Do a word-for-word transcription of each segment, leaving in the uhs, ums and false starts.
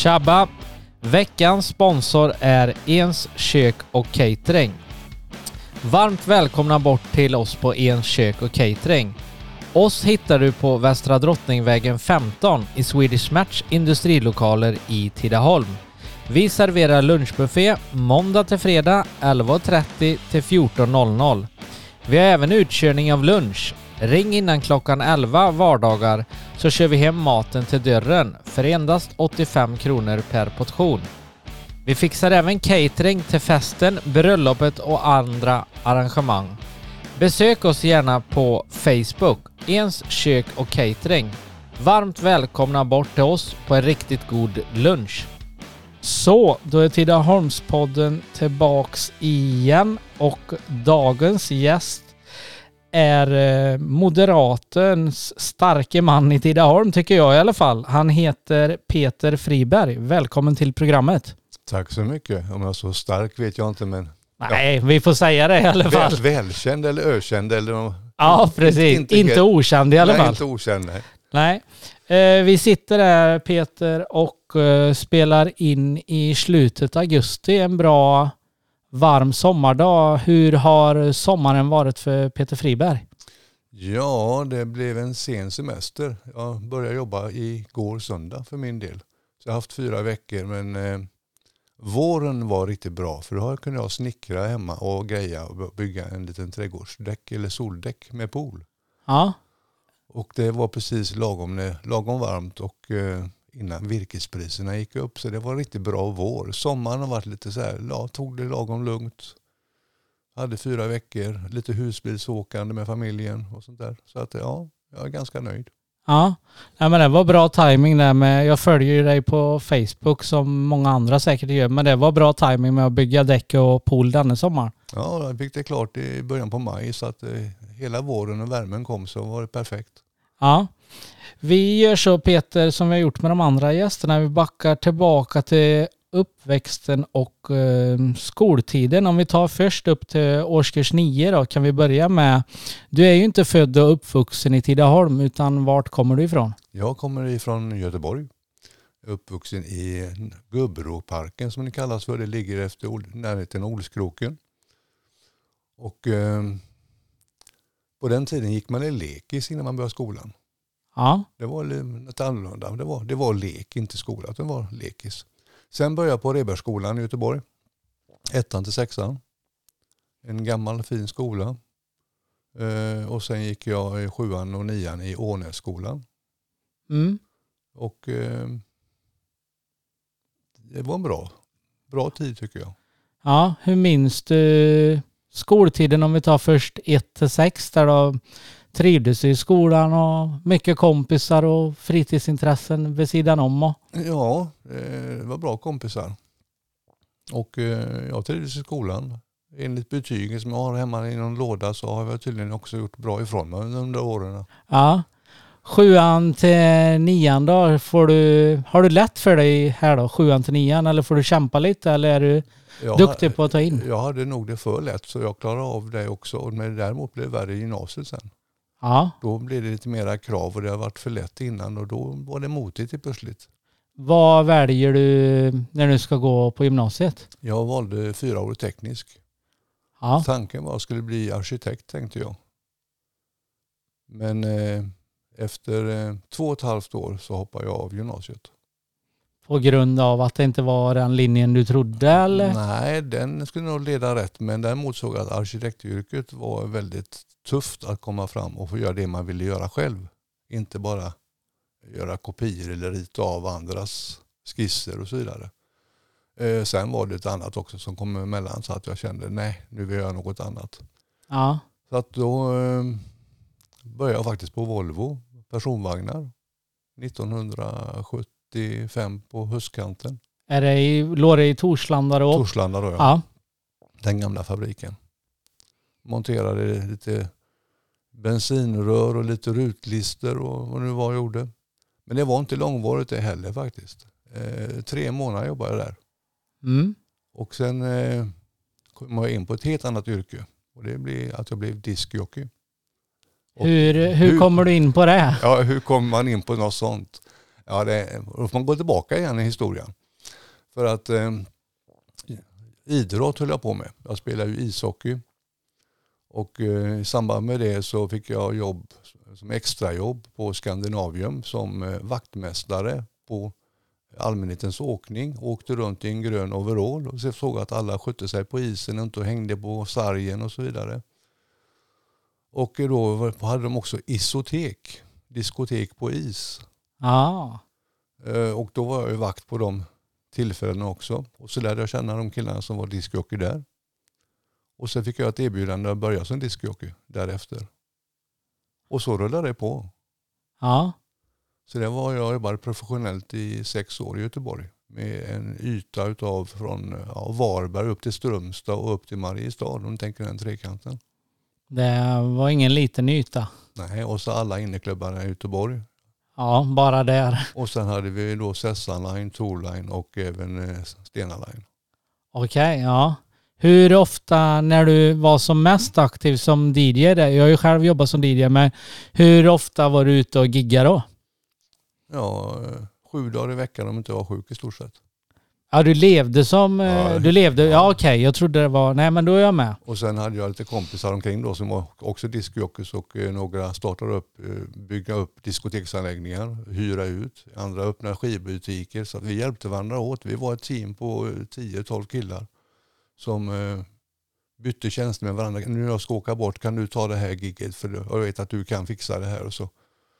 Tjabba! Veckans sponsor är Ens kök och catering. Varmt välkomna bort till oss på Ens kök och catering. Oss hittar du på Västra Drottningvägen femton i Swedish Match industrilokaler i Tidaholm. Vi serverar lunchbuffé måndag till fredag elva trettio till fjorton. Vi har även utkörning av lunch. Ring innan klockan elva vardagar så kör vi hem maten till dörren för endast åttiofem kronor per portion. Vi fixar även catering till festen, bröllopet och andra arrangemang. Besök oss gärna på Facebook, Ens kök och catering. Varmt välkomna bort till oss på en riktigt god lunch. Så, då är Tidaholmspodden tillbaks igen och dagens gäst är Moderatens starke man i Tidaholm, tycker jag i alla fall. Han heter Peter Friberg. Välkommen till programmet. Tack så mycket. Om jag är så stark vet jag inte, men... Nej, ja. Vi får säga det i alla fall. Väl, välkänd eller ökänd eller... Ja, precis. Inte, inte, inte okänd i alla nej, fall. inte okänd, nej. Nej. Eh, vi sitter där, Peter, och eh, spelar in i slutet av augusti. En bra... varm sommardag. Hur har sommaren varit för Peter Friberg? Ja, det blev en sen semester. Jag började jobba igår söndag för min del. Så jag har haft fyra veckor, men eh, våren var riktigt bra. För då kunde jag snickra hemma och greja och bygga en liten trädgårdsdäck eller soldäck med pool. Ja. Och det var precis lagom, lagom varmt och... Eh, innan virkespriserna gick upp, så det var riktigt bra vår. Sommaren har varit lite så här, ja, tog det lagom lugnt. Hade fyra veckor, lite husbilsåkande med familjen och sånt där. Så att ja, jag är ganska nöjd. Ja, ja men det var bra timing där med, jag följer ju dig på Facebook som många andra säkert gör, men det var bra timing med att bygga däck och pool denna sommar. Ja, jag fick det klart i början på maj, så att eh, hela våren och värmen kom, så var det perfekt. Ja. Vi gör så, Peter, som vi har gjort med de andra gästerna. Vi backar tillbaka till uppväxten och eh, skoltiden. Om vi tar först upp till årskurs nio då, kan vi börja med. Du är ju inte född och uppvuxen i Tidaholm, utan vart kommer du ifrån? Jag kommer ifrån Göteborg. Uppvuxen i Gubbroparken som det kallas för. Det ligger efter närheten av Olskroken. Och eh, på den tiden gick man i lekis innan man började skolan. Ja. Det var lite annorlunda. Det var, det var lek, inte skola. Det var lekis. Sen började jag på Rebergsskolan i Göteborg. Ettan till sexan. En gammal fin skola. Eh, och sen gick jag i sjuan och nian i Ånässkolan. Mm. Och eh, det var en bra, bra tid tycker jag. Ja, hur minns du skoltiden om vi tar först ett till sex där då? Trivdes i skolan och mycket kompisar och fritidsintressen vid sidan om? Och... Ja, det var bra kompisar. Och jag trivdes i skolan. Enligt betygen som jag har hemma i någon låda så har jag tydligen också gjort bra ifrån mig under åren. Ja, sjuan till nian då, får du, har du lätt för dig här då, sjuan till nian, eller får du kämpa lite, eller är du jag duktig på att ta in? Jag hade nog det för lätt, så jag klarade av det också. Men däremot blev det värre i gymnasiet sen. Ja. Då blev det lite mera krav och det har varit för lätt innan och då var det motigt plötsligt. Vad väljer du när du ska gå på gymnasiet? Jag valde fyra år teknisk. Ja. Tanken var att jag skulle bli arkitekt, tänkte jag. Men eh, efter eh, två och ett halvt år så hoppade jag av gymnasiet. På grund av att det inte var den linjen du trodde, eller? Nej, den skulle nog leda rätt. Men däremot såg jag att arkitektyrket var väldigt tufft att komma fram och få göra det man ville göra själv. Inte bara göra kopior eller rita av andras skisser och så vidare. Eh, sen var det ett annat också som kom emellan, så att jag kände nej, nu vill jag göra något annat. Ja. Så att då eh, började jag faktiskt på Volvo personvagnar nittonhundrasjuttiofem på höstkanten. Är det i, låg det i Torslanda då? Torslanda då, ja. Ja. Den gamla fabriken. Monterade lite bensinrör och lite rutlister och vad nu var jag gjorde. Men det var inte långvarigt det heller faktiskt. Eh, tre månader jobbade jag där. Mm. Och sen eh, kom jag in på ett helt annat yrke. Och det blev att jag blev diskjockey. Hur, hur, hur kommer du in på det? Ja, hur kommer man in på något sånt? Ja, det, då får man gå tillbaka igen i historien. För att eh, idrott höll jag på med. Jag spelade ju ishockey. Och eh, i samband med det så fick jag jobb som extrajobb på Skandinavium som eh, vaktmästare på allmänhetens åkning. Åkte runt i en grön overall och så såg att alla skötte sig på isen och inte hängde på sargen och så vidare. Och då hade de också isotek, diskotek på is. Ja. Eh, och då var jag ju vakt på de tillfällena också. Och så lärde jag känna de killarna som var diskjockey där. Och sen fick jag ett erbjudande att börja som diskjockey därefter. Och så rullade det på. Ja. Så det var jag jobbade professionellt i sex år i Göteborg. Med en yta utav från ja, Varberg upp till Strömstad och upp till Mariestad. Om tänker den trekanten. Det var ingen liten yta. Nej, och så alla inneklubbarna i Göteborg. Ja, bara där. Och sen hade vi då Sessan Line, Tour Line och även eh, Stena Line. Okej, ja. Hur ofta när du var som mest aktiv som D J där? Jag har ju själv jobbat som D J, men hur ofta var du ute och giggade då? Ja, sju dagar i veckan om inte jag var sjuk i stort sett. Ja, du levde som... Ja, du levde... Ja, ja. okej. Jag trodde det var... Nej, men då är jag med. Och sen hade jag lite kompisar omkring då som var också diskjockeys och eh, några startade upp, eh, bygga upp diskoteksanläggningar, hyra ut. Andra öppnade skivbutiker så att vi hjälpte varandra åt. Vi var ett team på tio tolv killar som eh, bytte tjänster med varandra. Nu jag ska åka bort, kan du ta det här gigget för jag vet att du kan fixa det här och så.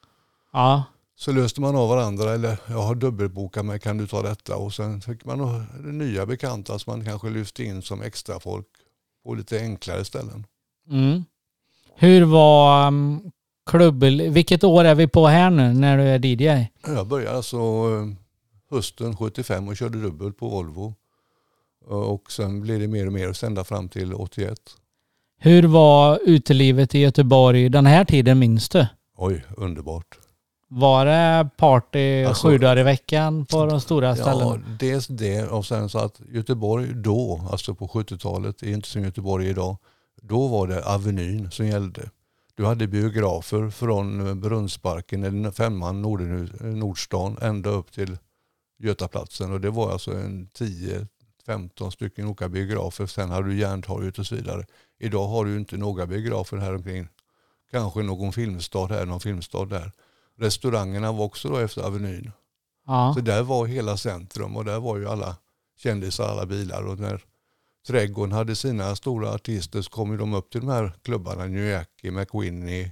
Ja. Så löste man av varandra eller jag har dubbelbokat mig, kan du ta detta? Och sen fick man nya bekanta som man kanske lyfte in som extra folk på lite enklare ställen. Mm. Hur var um, klubb... Vilket år är vi på här nu när du är D J? Jag började alltså uh, hösten sjuttiofem och körde dubbel på Volvo. Uh, och sen blev det mer och mer ända fram till åttioett. Hur var utelivet i Göteborg den här tiden, minns du? Oj, underbart. Var det party Alltså, sju dagar i veckan på de stora ställena? Ja, dels det och sen så att Göteborg då, alltså på sjuttiotalet, är inte som Göteborg idag. Då var det Avenyn som gällde. Du hade biografer från Brunnsparken eller femman Nord- Nordstan ända upp till Götaplatsen. Och det var alltså en tio femton stycken olika biografer. Sen hade du Järntorget och så vidare. Idag har du inte några biografer här omkring. Kanske någon filmstad här, någon filmstad där. Restaurangerna var också då efter Avenyn. Ja. Så där var hela centrum och där var ju alla kändisar, alla bilar. Och när Trädgården hade sina stora artister så kom ju de upp till de här klubbarna, New York, McWinney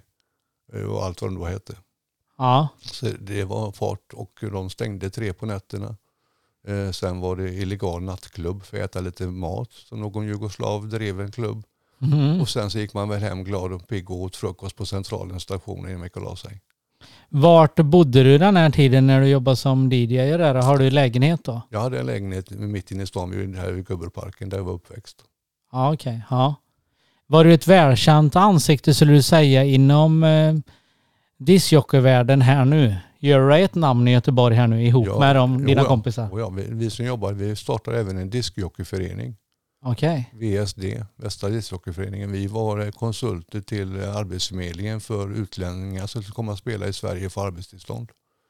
och allt vad de då hette. Ja. Så det var fart och de stängde tre på nätterna. Eh, sen var det illegal nattklubb för att äta lite mat. Så någon jugoslav drev en klubb. Mm. Och sen så gick man väl hem glad och pigg och åt frukost på centralen stationen innan man gick och la sig. Vart bodde du den här tiden när du jobbade som D J där? Har du lägenhet då? Jag hade en lägenhet mitt inne i stan vid här vid Gubberparken där jag var uppväxt. Ja, okej. Okay. Ja. Var du ett välkänt ansikte skulle du säga inom eh, discjockeyvärlden här nu? Gör du ett namn i Göteborg här nu ihop Ja, med de, dina ja, kompisar? Ja, vi, vi som jobbar, vi startade även en diskjockeyförening. Okej. Okay. V S D, Västra diskjockeyföreningen. Vi var konsulter till Arbetsförmedlingen för utlänningar som skulle komma att spela i Sverige för arbetstillstånd.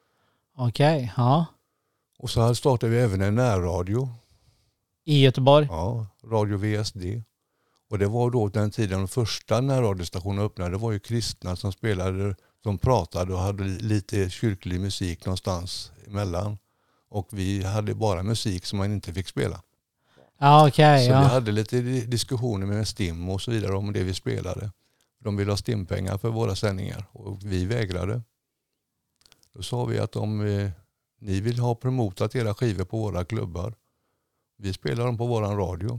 Okej, okay, ja. Och så här startade vi även en närradio. I Göteborg? Ja, Radio V S D. Och det var då den tiden de första närradiostationerna öppnade. Det var ju kristna som spelade, som pratade och hade lite kyrklig musik någonstans emellan. Och vi hade bara musik som man inte fick spela. Ja, okej. Okay, så ja. vi hade lite diskussioner med Stim och så vidare om det vi spelade. De ville ha Stimpengar för våra sändningar och vi vägrade. Då sa vi att om eh, ni vill ha promotat era skivor på våra klubbar, vi spelar dem på våran radio.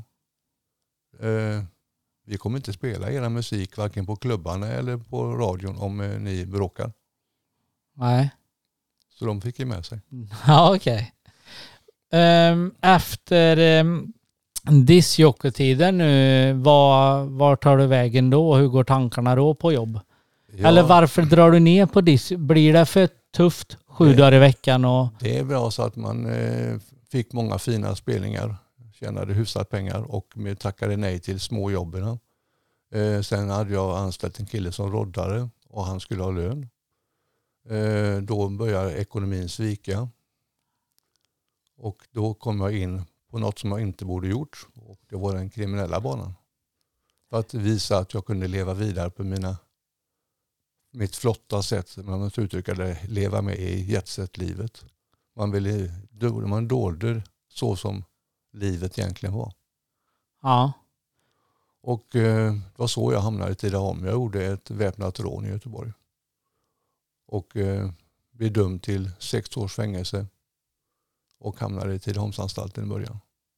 Eh, vi kommer inte spela era musik varken på klubbarna eller på radion om eh, ni bråkar. Nej. Så de fick ju med sig. Ja, okej. Okay. Um, efter um, discjockeytiden nu, var, var tar du vägen då? Hur går tankarna då på jobb? Ja. Eller varför drar du ner på disc? Blir det för tufft sju det, dagar i veckan? Och... Det är bra så att man eh, fick många fina spelningar, tjänade hyfsat pengar och med tackade nej till små jobben. Eh, sen hade jag anställt en kille som roddare och han skulle ha lön. Eh, då börjar ekonomin svika. Och då kom jag in på något som jag inte borde gjort. Och det var den kriminella banan. För att visa att jag kunde leva vidare på mina, mitt flotta sätt. Man måste uttrycka det, leva med i jetset-livet. Man, ville, man dolde så som livet egentligen var. Ja. Och eh, det var så jag hamnade i Tidaholm. Jag gjorde ett väpnat rån i Göteborg. Och eh, blev dömd till sex års fängelse. Och hamnade i Tidaholmsanstalten i början.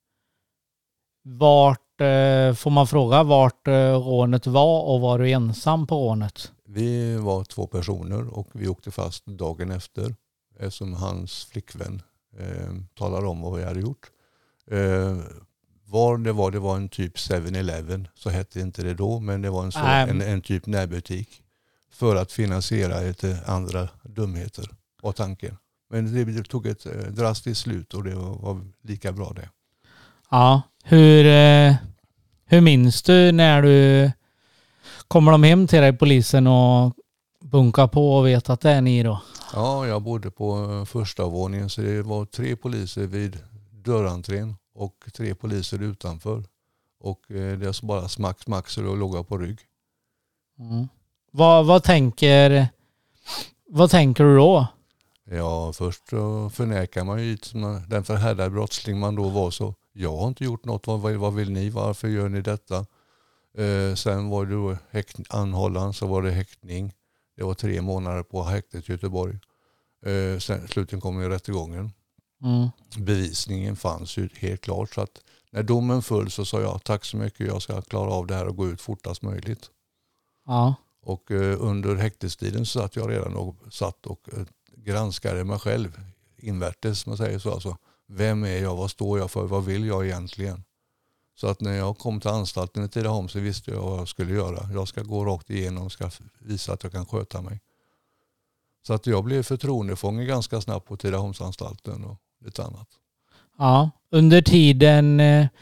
Vart, eh, får man fråga vart eh, rånet var och var du ensam på rånet? Vi var två personer och vi åkte fast dagen efter. Eftersom hans flickvän eh, talade om vad vi hade gjort. Eh, var det var, det var en typ seven eleven, så hette inte det då, men det var en, så, ähm. en, en typ närbutik. För att finansiera ett, andra dumheter var tanken. Men det tog ett drastiskt slut och det var, var lika bra det. Ja, hur, eh, hur minns du när du kommer de hem till dig, polisen, och bunkar på och vet att det är ni då? Ja, jag bodde på första våningen så det var tre poliser vid dörrentrén och tre poliser utanför. Och det är så bara smack, smack så jag låg på rygg. Mm. Vad, vad, tänker, vad tänker du då? Ja, först så förnekar man ju den förhärdade brottsling man då var, så jag har inte gjort något, vad, vad vill ni, varför gör ni detta? Eh, sen var det då häkt, anhållan, så var det häktning. Det var tre månader på häktet i Göteborg. Eh, sen slutligen kom ju rättegången. Mm. Bevisningen fanns ju helt klart, så att när domen föll så sa jag tack så mycket, jag ska klara av det här och gå ut fortast möjligt. Ja. Och eh, under häktestiden så satt jag redan och satt och eh, granskade mig själv invärtes, man säger så. Alltså, vem är jag, vad står jag för, vad vill jag egentligen? Så att när jag kom till anstalten i Tidaholm så visste jag vad jag skulle göra. Jag ska gå rakt igenom och ska visa att jag kan sköta mig. Så att jag blev förtroendefånge ganska snabbt på Tidaholmsanstalten och lite annat. Ja, under tiden,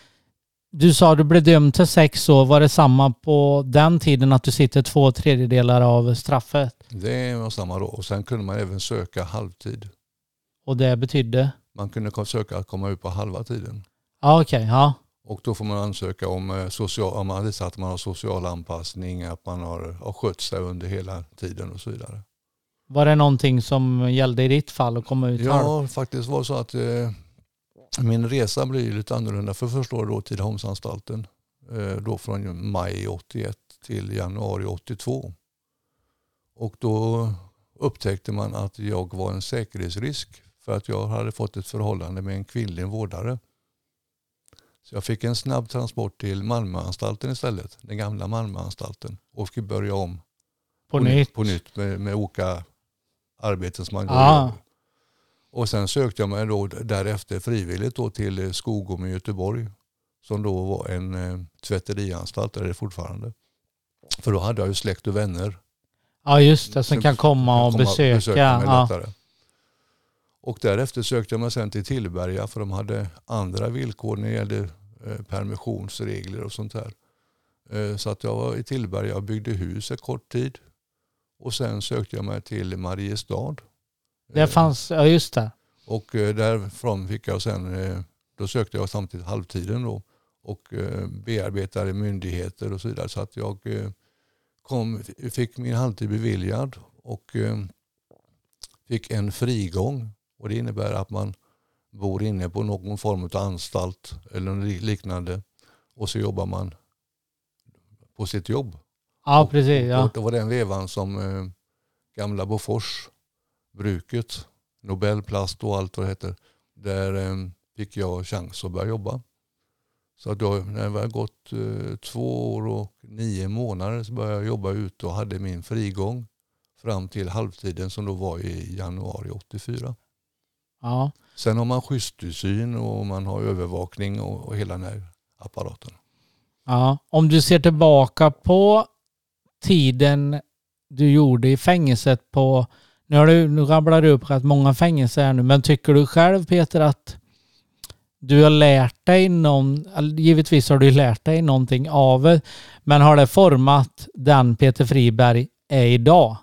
du sa att du blev dömd till sex år, var det samma på den tiden att du sitter två tredjedelar av straffet? Det var samma då, och sen kunde man även söka halvtid. Och det betydde? Man kunde söka att komma ut på halva tiden. Ja, okej, okay, ja. Och då får man ansöka om, social, om man visar att man har social anpassning, att man har, har skött sig under hela tiden och så vidare. Var det någonting som gällde i ditt fall att komma ut ja, halv? Ja, faktiskt var det så att eh, min resa blir lite annorlunda. För första året då till Tidaholmsanstalten. Eh, då från maj åttioett till januari åttiotvå. Och då upptäckte man att jag var en säkerhetsrisk. För att jag hade fått ett förhållande med en kvinnlig vårdare. Så jag fick en snabb transport till Malmöanstalten istället. Den gamla Malmöanstalten. Och fick börja om på, på nytt, nytt. På nytt med, med olika arbeten som man går ah. över. Och sen sökte jag mig då därefter frivilligt då till Skogom i Göteborg. Som då var en eh, tvätterianstalt, är det fortfarande. För då hade jag ju släkt och vänner. Ja just det, som kan komma och komma besöka. besöka mig ja. Och därefter sökte jag mig sen till Tillberga, för de hade andra villkor när det gällde eh, permissionsregler och sånt här. Eh, så att jag var i Tillberga och byggde hus en kort tid. Och sen sökte jag mig till Mariestad. Det fanns, ja just det. Och eh, därifrån fick jag sen, eh, då sökte jag samtidigt halvtiden då. Och eh, bearbetade myndigheter och så vidare. Så att jag eh, kom, fick min halvtid beviljad och eh, fick en frigång. Och det innebär att man bor inne på någon form av anstalt eller liknande. Och så jobbar man på sitt jobb. Ja, och, precis. Ja. Och det var den vevan som eh, gamla Bofors, bruket, Nobelplast och allt vad det heter. Där eh, fick jag chans att börja jobba. Så då, när det var gått eh, två år och nio månader så började jag jobba ute och hade min frigång fram till halvtiden som då var i januari åttiofyra. Ja. Sen har man skyddstillsyn och man har övervakning och, och hela den här apparaten. Ja, om du ser tillbaka på tiden du gjorde i fängelset på, nu, har du, nu rabblar du upp rätt många fängelser här nu, men tycker du själv Peter att du har lärt dig någon, givetvis har du lärt dig någonting av det, men har det format den Peter Friberg är idag?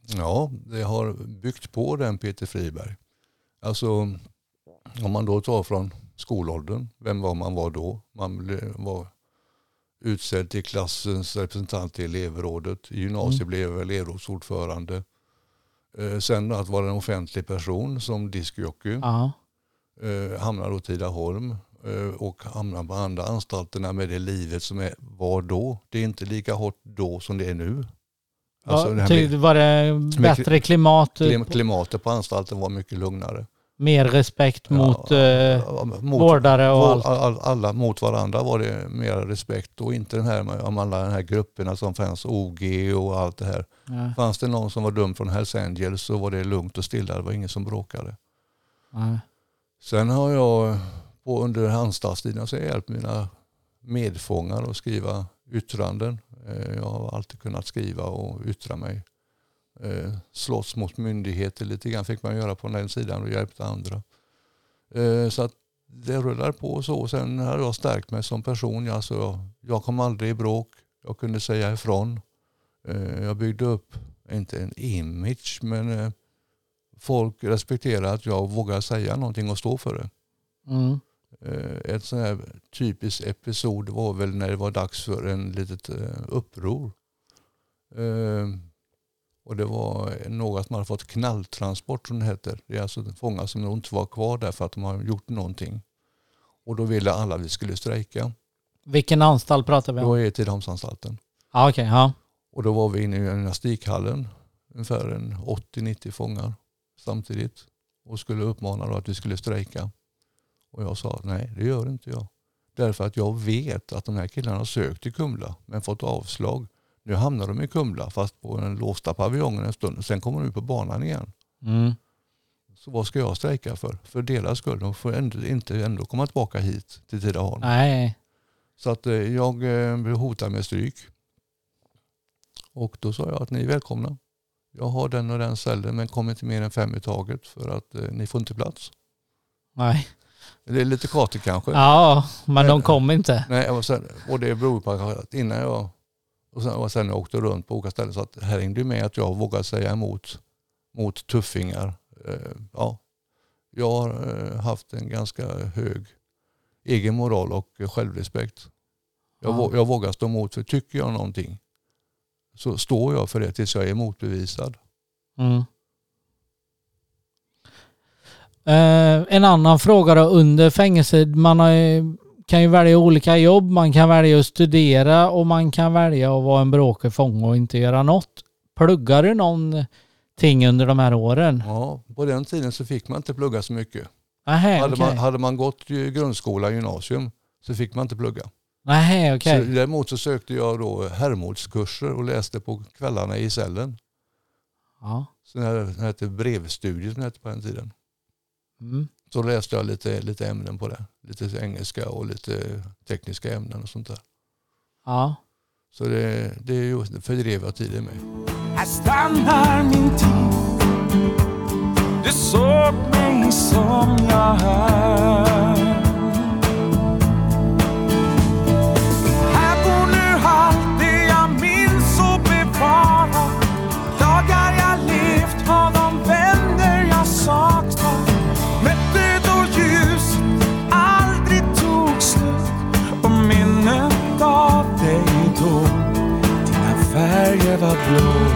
Ja, det har byggt på den Peter Friberg. Alltså om man då tar från skolåldern, vem var man var då? Man var utsedd till klassens representant i elevrådet. I gymnasiet mm. blev jag elevrådsordförande. Eh, sen att vara en offentlig person som diskjockey. Uh-huh. Eh, hamnar då i Tidaholm eh, och hamnar på andra anstalterna med det livet som är, var då. Det är inte lika hårt då som det är nu. Alltså ja, det här med, var det bättre klimat? Klim, klimatet på anstalten var mycket lugnare. Mer respekt ja, mot, eh, mot vårdare och vår, allt? All, alla mot varandra var det mer respekt och inte den här, om alla de här grupperna som fanns, O G och allt det här. Ja. Fanns det någon som var dum från Hells Angels så var det lugnt och stilla, det var ingen som bråkade. Ja. Sen har jag på under anstaltstiden så hjälpt mina medfångar att skriva yttranden. Jag har alltid kunnat skriva och yttra mig. Slåss mot myndigheter lite grann fick man göra på den sidan och hjälpte andra. Så att det rullar på så. Sen har jag stärkt mig som person. Alltså jag, jag kom aldrig i bråk. Jag kunde säga ifrån. Jag byggde upp, inte en image, men folk respekterar att jag vågar säga någonting och stå för det. Mm. Ett sån här typisk episod var väl när det var dags för en litet uppror. Och det var något man har fått knalltransport som det heter. Det är alltså fångar som inte var kvar där för att de har gjort någonting. Och då ville alla att vi skulle strejka. Vilken anstalt pratar vi om? Då är det Tidaholmsanstalten. Ah, okej, okay, ja. Och då var vi inne i gymnastikhallen. Ungefär en åttio nittio fångar samtidigt. Och skulle uppmana då att vi skulle strejka. Och jag sa nej, det gör inte jag. Därför att jag vet att de här killarna har sökt i Kumla men fått avslag. Nu hamnar de i Kumla fast på den låsta paviljongen en stund. Sen kommer de ut på banan igen. Mm. Så vad ska jag strejka för? För deras skull. De får ändå, inte ändå komma tillbaka hit till Tidaholm. Nej. Så att eh, jag eh, blev hotad med stryk. Och då sa jag att ni är välkomna. Jag har den och den cellen men kommer inte mer än fem i taget för att eh, ni får inte plats. Nej. Det är lite katigt kanske. Ja, men, men de kom inte. Nej, och, sen, och det beror på att innan jag och sen, och sen jag åkte runt på olika ställen så att här hängde med att jag vågade säga emot mot tuffingar. Eh, ja, jag har eh, haft en ganska hög egen moral och självrespekt. Jag, ja. jag vågar stå emot, för tycker jag någonting så står jag för det tills jag är motbevisad. Mm. Eh, en annan fråga då, under fängelse, man har, kan ju välja olika jobb, man kan välja att studera och man kan välja att vara en bråkig fånge och inte göra något. Pluggar du någonting under de här åren? Ja, på den tiden så fick man inte plugga så mycket. Aha, hade, okay. man, hade man gått i grundskola, gymnasium så fick man inte plugga. Aha, okay. Så däremot så sökte jag då hermodskurser och läste på kvällarna i cellen. Ja. Så det hette brevstudier som hette på den tiden. Mm. Så läste jag lite, lite ämnen på det. Lite engelska och lite tekniska ämnen och sånt där. Ja. Så det, det är ju fördrev jag tiden med. Här stannar min tid. Du såg mig som jag är. Här bor nu allt det jag minns och bevarar. Dagar jag levt har de vänner jag saknar. Med död och ljus aldrig tog slut. Och minnet av dig då, dina färger var blå.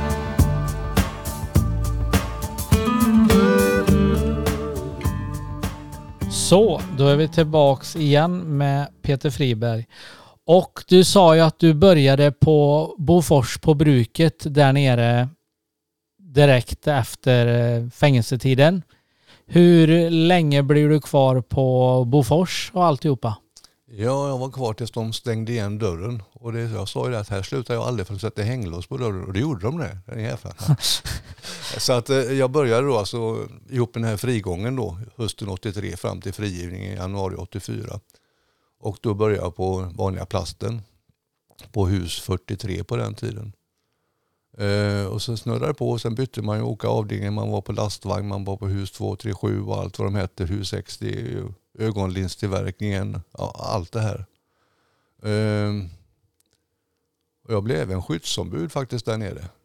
Så, då är vi tillbaks igen med Peter Friberg. Och du sa ju att du började på Bofors på bruket där nere direkt efter fängelsetiden. Hur länge blev du kvar på Bofors och alltihopa? Ja, jag var kvar tills de stängde igen dörren. Och det, jag sa ju det att här slutar jag aldrig för att sätta hänglås på dörren. Och det gjorde de det. Den jävla. Så att jag började då alltså ihop med den här frigången då. Hösten åttiotre fram till frigivningen i januari åttiofyra. Och då började jag på vanliga plasten. På hus fyrtiotre på den tiden. Eh, och så snurrade det på och sen bytte man ju olika avdelningar. Man var på lastvagn, man var på hus två tre sju och allt vad de hette. Hus sextio, ögonlinstillverkningen, ja, allt det här. Eh, och jag blev även skyddsombud faktiskt där nere.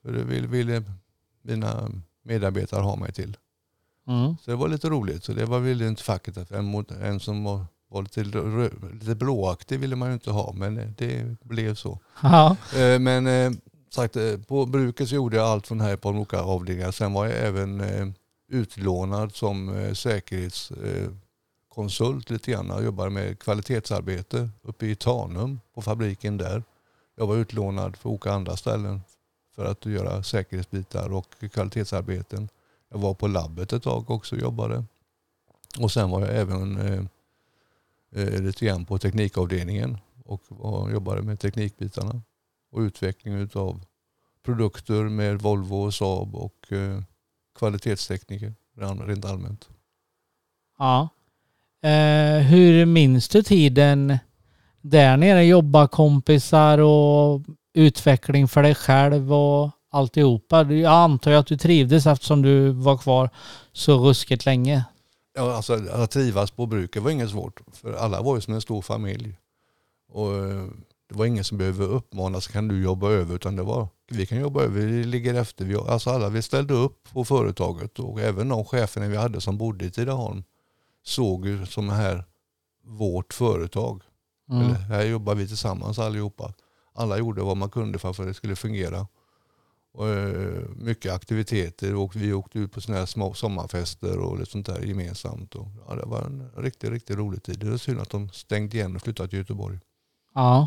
För det ville, ville mina medarbetare ha mig till. Mm. Så det var lite roligt. Så det var väl inte facket. En, en som var, var lite, rö, lite blåaktig ville man ju inte ha. Men det blev så. Ja. Eh, men eh, sagt, på bruket så gjorde jag allt från här på olika avdelningar. Sen var jag även eh, utlånad som eh, säkerhetskonsult lite grann. Jag jobbade med kvalitetsarbete uppe i Tanum på fabriken där. Jag var utlånad för olika andra ställen för att göra säkerhetsbitar och kvalitetsarbeten. Jag var på labbet ett tag också och jobbade. Och sen var jag även eh, eh, lite grann på teknikavdelningen och var, jobbade med teknikbitarna och utveckling av produkter med Volvo och Saab och eh, kvalitetstekniker rent allmänt. Ja. Eh, hur minns du tiden där nere? Jobba kompisar och utveckling för dig själv och alltihopa. Jag antar ju att du trivdes eftersom du var kvar så ruskigt länge. Ja, alltså att trivas på bruket var inget svårt. För alla var ju som en stor familj. Och det var ingen som behövde uppmanas, kan du jobba över? Utan det var, vi kan jobba över, vi ligger efter. Vi, alltså alla, vi ställde upp på företaget. Och även de cheferna vi hade som bodde i Tidaholm såg ju som här vårt företag. Mm. Eller, här jobbar vi tillsammans allihopa. Alla gjorde vad man kunde för att det skulle fungera. Och, mycket aktiviteter och vi åkte ut på såna här små sommarfester och lite sånt där gemensamt. Och, ja, det var en riktigt, riktigt rolig tid. Det är synd att de stängde igen och flyttade till Göteborg. Ja.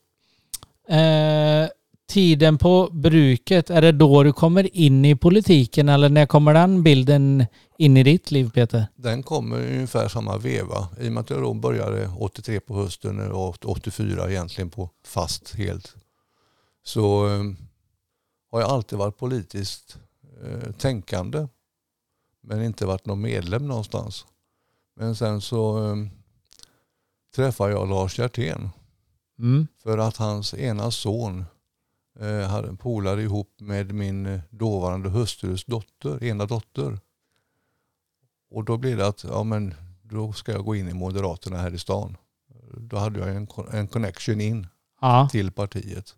Eh, tiden på bruket, är det då du kommer in i politiken eller när kommer den bilden in i ditt liv, Peter? Den kommer i ungefär samma veva. I och med att jag då började åttiotre på hösten och åttiofyra egentligen på fast helt. Så eh, har jag alltid varit politiskt eh, tänkande. Men inte varit någon medlem någonstans. Men sen så eh, träffade jag Lars Hjertén. Mm. För att hans ena son eh, hade polade ihop med min dåvarande hustrus dotter, ena dotter. Och då blev det att ja, men då ska jag gå in i Moderaterna här i stan. Då hade jag en, en connection in Ja. till partiet.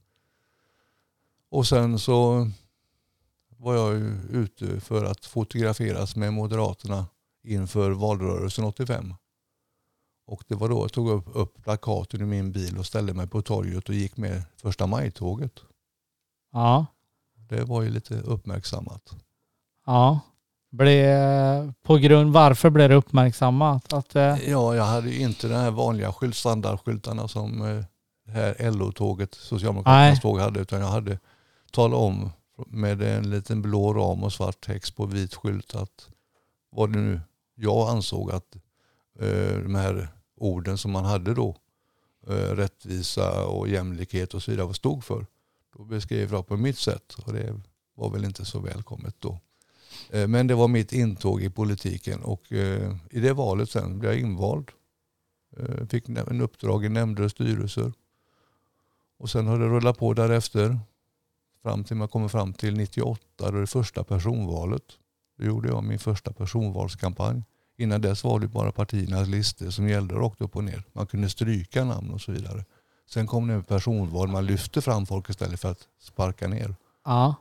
Och sen så var jag ju ute för att fotograferas med Moderaterna inför valrörelsen åttiofem. Och det var då jag tog upp, upp plakaten i min bil och ställde mig på torget och gick med första majtåget. Ja. Det var ju lite uppmärksammat. Ja. Blev, på grund, varför blev det uppmärksammat? Att, eh... Ja, jag hade ju inte den här vanliga skylt, standardskyltarna som eh, det här L O-tåget, Socialdemokraternas tåg hade, utan jag hade talat om med en liten blå ram och svart text på vit skylt att vad det nu jag ansåg att eh, de här orden som man hade då, eh, rättvisa och jämlikhet och så vidare, stod för. Då beskrev jag på mitt sätt och det var väl inte så välkommet då. Eh, men det var mitt intåg i politiken och eh, i det valet sen blev jag invald. Eh, fick en uppdrag i nämnder och styrelser. Och sen har det rullat på därefter fram till man kommer fram till nittioåtta, då det första personvalet. Då gjorde jag min första personvalskampanj. Innan dess var det bara partiernas listor som gällde rakt upp och ner. Man kunde stryka namn och så vidare. Sen kom det med personval. Man lyfte fram folk istället för att sparka ner. Ja.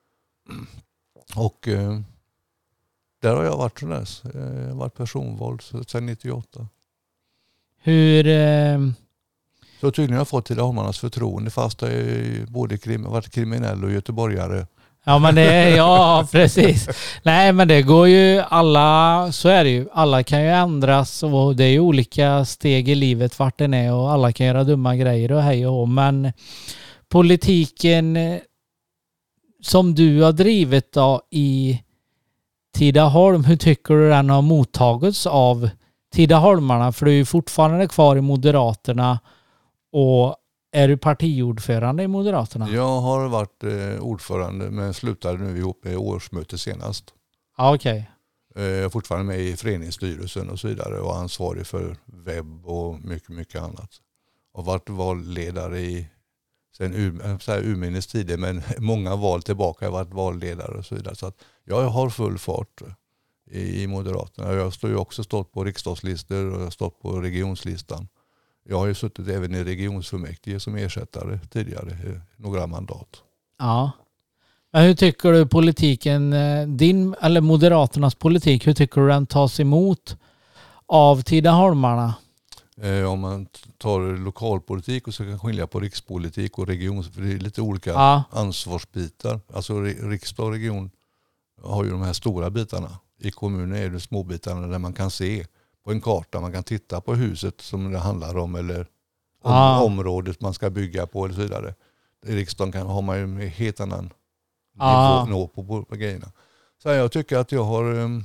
Och eh, där har jag varit sedan dess. Jag har varit personvald sedan nittioåtta. Hur... Eh... Så tydligen har jag fått Tidaholmarnas förtroende fast jag är både krim, varit kriminell och göteborgare. Ja men det är, ja precis. Nej men det går ju alla, så är det ju. Alla kan ju ändras och det är ju olika steg i livet vart den är och alla kan göra dumma grejer och hej och hå. Men politiken som du har drivit då i Tidaholm, hur tycker du den har mottagits av Tidaholmarna? För du är ju fortfarande kvar i Moderaterna och är du partiordförande i Moderaterna? Jag har varit eh, ordförande men slutade nu ihop med årsmöte senast. Ja, okej. Okay. Eh, jag är fortfarande med i föreningsstyrelsen och så vidare och ansvarig för webb och mycket, mycket annat. Och varit valledare i sen urminnes tider, men många val tillbaka har jag varit valledare och så vidare. Så att jag har full fart i, i Moderaterna. Jag står ju också stått på riksdagslistor och jag har stått på regionslistan. Jag har ju suttit även i regionsfullmäktige som ersättare tidigare, några mandat. Ja. Ja, hur tycker du politiken, din eller Moderaternas politik, hur tycker du den tas emot av tidaholmarna? Eh, om man tar lokalpolitik och så kan skilja på rikspolitik och region, för det är lite olika Ja. ansvarsbitar. Alltså riksdag och region har ju de här stora bitarna. I kommunen är det små bitarna där man kan se på en karta, man kan titta på huset som det handlar om eller om, Ja. området man ska bygga på och så vidare. I riksdagen kan, har man ju en helt annan Ja. nivå på, på, på grejerna. Så jag tycker att jag har, um,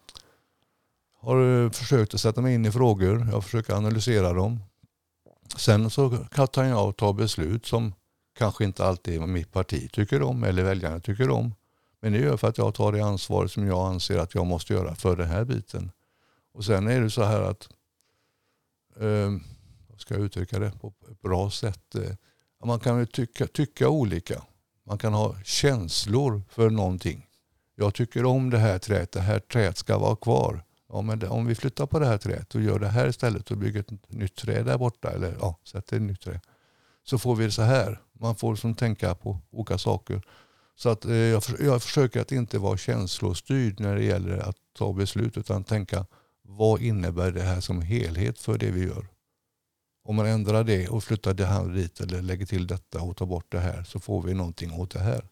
har försökt att sätta mig in i frågor. Jag försöker analysera dem. Sen så kan jag ta beslut som kanske inte alltid mitt parti tycker om eller väljarna tycker om. Men det gör för att jag tar det ansvar som jag anser att jag måste göra för den här biten. Och sen är det så här att, eh, ska jag uttrycka det på ett bra sätt, eh, man kan ju tycka, tycka olika. Man kan ha känslor för någonting. Jag tycker om det här träet, det här träet ska vara kvar. Ja, men det, om vi flyttar på det här träet och gör det här istället och bygger ett nytt träd där borta, eller ja, sätter ett nytt träd, så får vi det så här. Man får som tänka på olika saker. Så att eh, jag, jag försöker att inte vara känslostyrd när det gäller att ta beslut, utan tänka, vad innebär det här som helhet för det vi gör? Om man ändrar det och flyttar det här dit eller lägger till detta och tar bort det här, så får vi någonting åt det här.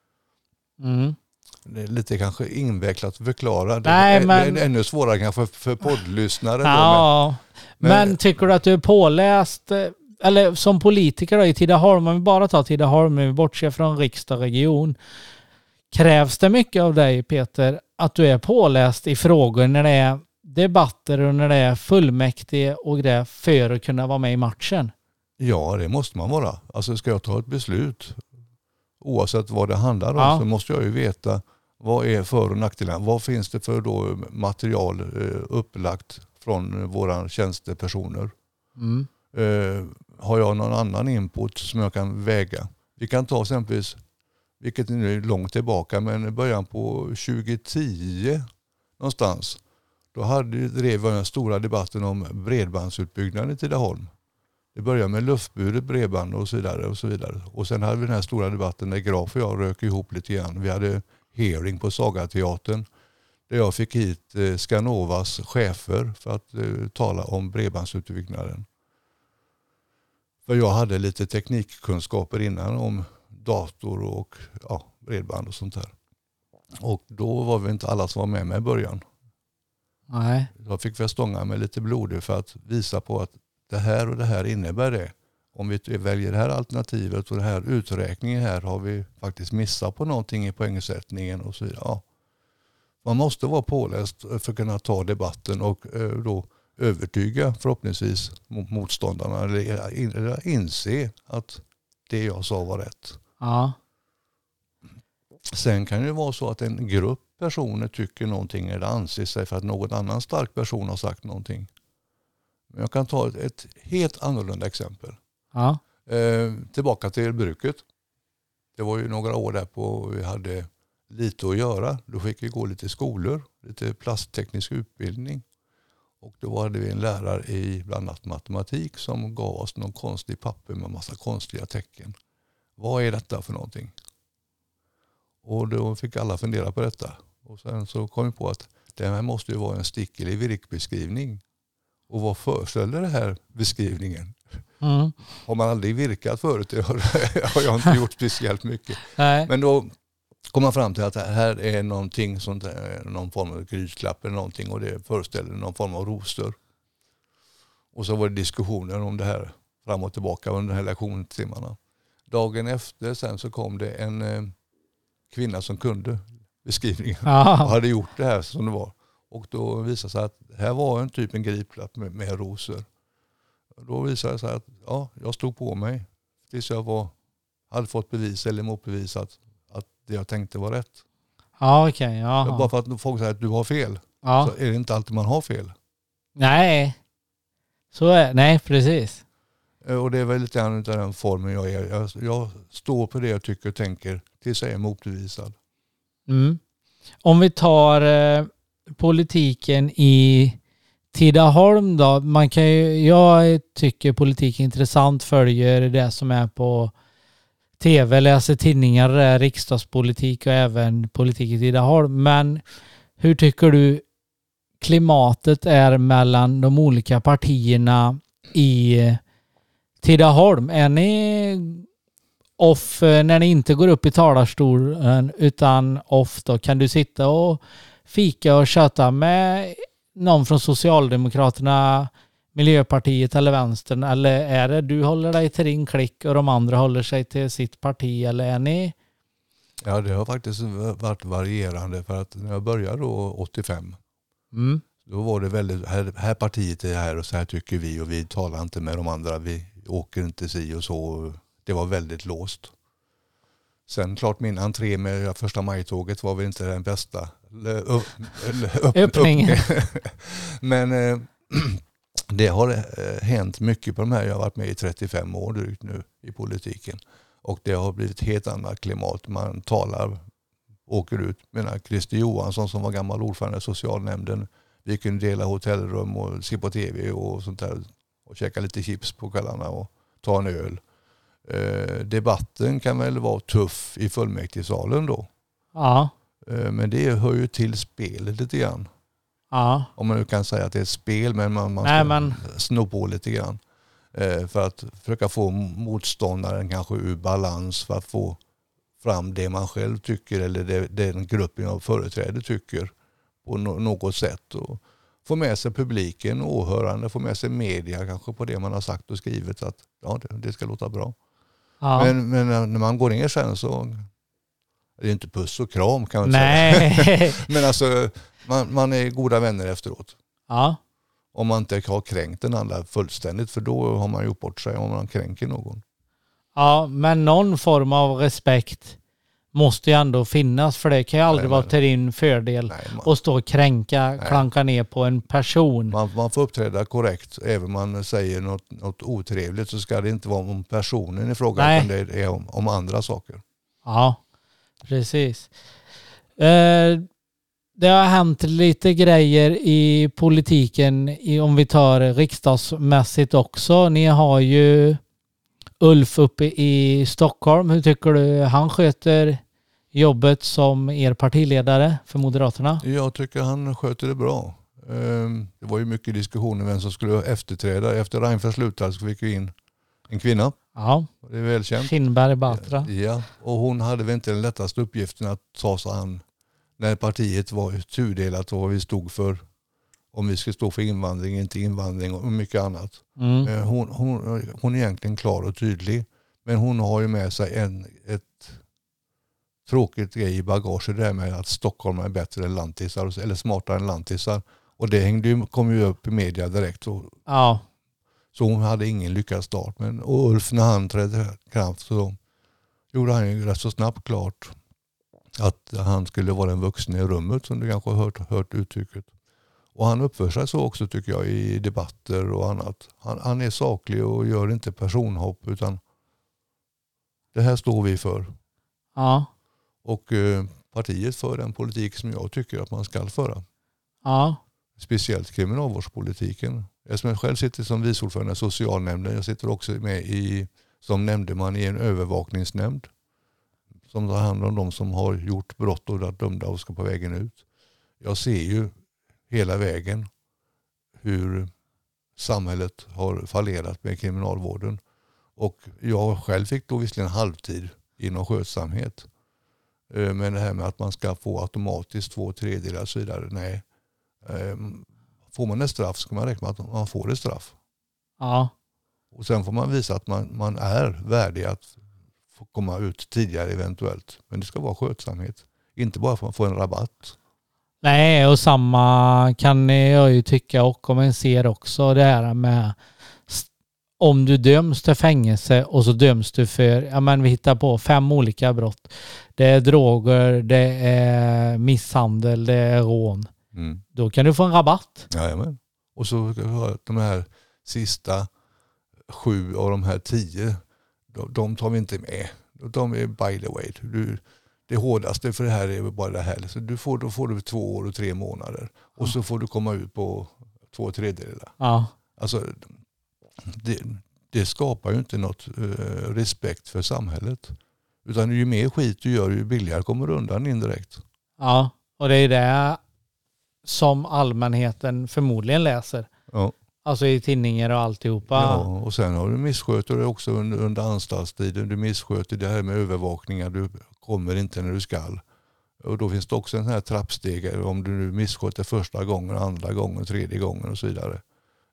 Mm. Det är lite kanske invecklat att förklara. Nej, det, men... det är ännu svårare kanske för poddlyssnare. Ja, men, men, men tycker du att du är påläst, eller som politiker då, i Tidaholm, om vi bara tar Tidaholm, vi bortser från riksdag och region, krävs det mycket av dig, Peter, att du är påläst i frågor när det är debatter och när det är fullmäktige och det för att kunna vara med i matchen? Ja, det måste man vara. Alltså ska jag ta ett beslut, oavsett vad det handlar om, Ja. så måste jag ju veta vad är för- och nackdelar. Vad finns det för då material eh, upplagt från våra tjänstepersoner? Mm. Eh, har jag någon annan input som jag kan väga? Vi kan ta exempelvis, vilket nu är långt tillbaka, men i början på tjugo tio någonstans, då hade, drev vi den stora debatten om bredbandsutbyggnaden i Tidaholm. Det började med luftburet bredband och så vidare och så vidare. Och sen hade vi den här stora debatten där Graf och jag rök ihop lite grann. Vi hade hearing på Sagateatern där jag fick hit eh, Scanovas chefer för att eh, tala om bredbandsutbyggnaden. För jag hade lite teknikkunskaper innan om dator och ja, bredband och sånt där. Och då var vi inte alla som var med mig i början. Nej. Jag fick väl stånga med lite blodig för att visa på att det här och det här innebär det. Om vi väljer det här alternativet och den här uträkningen här har vi faktiskt missat på någonting i poängsättningen och så vidare. Ja. Man måste vara påläst för att kunna ta debatten och då övertyga förhoppningsvis motståndarna eller inse att det jag sa var rätt. Ja. Sen kan det vara så att en grupp personer tycker någonting eller anser sig för att någon annan stark person har sagt någonting. Men jag kan ta ett, ett helt annorlunda exempel. Ja. Eh, tillbaka till bruket. Det var ju några år där på vi hade lite att göra. Då fick vi gå lite i skolor, lite plastteknisk utbildning. Och då hade vi en lärare i bland annat matematik som gav oss någon konstig papper med massa konstiga tecken. Vad är detta för någonting? Och då fick alla fundera på detta. Och sen så kom vi på att det här måste ju vara en stick eller virkbeskrivning. Och vad föreställer det här beskrivningen? Mm. Har man aldrig virkat förut? Det har jag inte gjort speciellt mycket. Nej. Men då kom man fram till att det här är någonting som någon form av grytklapp eller någonting och det föreställer någon form av rosor. Och så var det diskussioner om det här fram och tillbaka under den här lektionstimmarna. Dagen efter sen så kom det en eh, kvinna som kunde beskrivningen Ja. och hade gjort det här som det var. Och då visade det sig att här var en typ en gripklapp med, med rosor. Då visade det sig att ja, jag stod på mig tills jag var, hade fått bevis eller motbevisat att det jag tänkte var rätt. Ja, okej. Okay, ja. Bara för att folk säger att du har fel Ja. så är det inte alltid man har fel. Nej. Så är nej, precis. Och det är väl lite grann av den formen jag är. Jag, jag står på det jag tycker och tänker tills jag är motbevisad. Mm. Om vi tar eh, politiken i Tidaholm då. Man kan ju, jag tycker politik är intressant, följer det som är på tv, läser tidningar, riksdagspolitik och även politik i Tidaholm. Men hur tycker du klimatet är mellan de olika partierna i Tidaholm? Är ni off när ni inte går upp i talarstolen utan off då? Kan du sitta och fika och köta med någon från Socialdemokraterna, Miljöpartiet eller Vänstern? Eller är det du håller dig till din klick och de andra håller sig till sitt parti? Eller är ni? Ja, det har faktiskt varit varierande, för att när jag började då åttiofem Mm. då var det väldigt, här, här partiet är här och så här tycker vi och vi talar inte med de andra, vi åker inte si och så. Det var väldigt låst. Sen klart min entré med första majtåget var väl inte den bästa upp, upp, Öppningen. Men eh, det har eh, hänt mycket på de här. Jag har varit med i trettiofem år drygt nu i politiken. Och det har blivit ett helt annat klimat. Man talar, åker ut. Menar Christer Johansson som var gammal ordförande i socialnämnden. Vi kunde dela hotellrum och se på tv och sånt där. Och käka lite chips på kvällarna och ta en öl. Eh, debatten kan väl vara tuff i fullmäktigesalen då. Ja. Eh, men det hör ju till spelet lite grann. Ja. Om man nu kan säga att det är ett spel, men man, man ska Nej, men... sno på lite grann. Eh, för att försöka få motståndaren kanske ur balans, för att få fram det man själv tycker eller det, det den gruppen av företrädare tycker på no, något sätt. Och få med sig publiken, åhörande, få med sig media kanske på det man har sagt och skrivit, att ja, det, det ska låta bra. Ja. Men, men när man går ner sen så är det inte puss och kram, kan man Nej. säga. Men alltså, man, man är goda vänner efteråt. Ja. Om man inte har kränkt den andra fullständigt, för då har man gjort bort sig om man kränker någon. Ja, men någon form av respekt måste ju ändå finnas, för det kan ju aldrig Nej, vara men- till din fördel Nej, man, att stå och kränka, Nej. klanka ner på en person. man, man får uppträda korrekt. Även om man säger något, något otrevligt så ska det inte vara om personen i frågan, Nej. utan det är om, om andra saker. Ja, precis. Eh, det har hänt lite grejer i politiken, i, om vi tar riksdagsmässigt också. Ni har ju Ulf uppe i Stockholm. Hur tycker du han sköter jobbet som er partiledare för Moderaterna? Jag tycker han sköter det bra. Ehm, Det var ju mycket diskussioner vem som skulle efterträda. Efter Reinfeldt slutade så fick vi in en kvinna. Ja, Det är välkänt. Kinberg Batra. Ja, och hon hade väl inte den lättaste uppgiften att ta sig an när partiet var tudelat och vad vi stod för. Om vi skulle stå för invandring, inte invandring och mycket annat. Mm. Eh, Hon, hon, hon är egentligen klar och tydlig. Men hon har ju med sig en, ett tråkigt grej i bagaget, det där med att Stockholm är bättre än lantisar, eller smartare än lantisar. Och det hängde ju, kom ju upp i media direkt. Och, Ja, så hon hade ingen lyckad start. Men och Ulf, när han trädde kraft, så gjorde han ju rätt så snabbt klart att han skulle vara den vuxna i rummet, som du kanske har hört, hört uttrycket. Och han uppför sig så också, tycker jag, i debatter och annat. Han, han är saklig och gör inte personhopp, utan det här står vi för. ja, Och eh, partiet för den politik som jag tycker att man ska föra. ja, Speciellt kriminalvårdspolitiken. Eftersom jag själv sitter som vice ordförande i socialnämnden. Jag sitter också med i, som nämndeman i en övervakningsnämnd. Som tar hand om de som har gjort brott och är dömda och ska på vägen ut. Jag ser ju hela vägen hur samhället har fallerat med kriminalvården. Och jag själv fick då visserligen halvtid inom skötsamhet. Eh, Men det här med att man ska få automatiskt två tredjedelar och så vidare, nej. Eh, Får man ett straff ska man räkna med att man får ett straff. ja, Och sen får man visa att man, man är värdig att få komma ut tidigare eventuellt. Men det ska vara skötsamhet. Inte bara för att få en rabatt. Nej, och samma kan jag ju tycka, och om en ser också det här med om du döms till fängelse och så döms du för, ja men vi hittar på fem olika brott. Det är droger, det är misshandel, det är rån. Mm. Då kan du få en rabatt. Jajamän. Och så de här sista sju av de här tio, de, de tar vi inte med. De är by the way. Du, det hårdaste för det här är bara det här. Så du får, då får du två år och tre månader. Och så får du komma ut på två tredjedelar. Ja, Alltså, det, det skapar ju inte något uh, respekt för samhället. Utan ju mer skit du gör, ju billigare kommer du undan indirekt. Ja, och det är det som allmänheten förmodligen läser. Ja. Alltså i tidningar och alltihopa. Ja, och sen har du missköter det också under, under anstaltstiden. Du missköter det här med övervakningar. Du kommer inte när du skall. Och då finns det också en här trappsteg. Om du nu missköter första gången, andra gången, tredje gången och så vidare.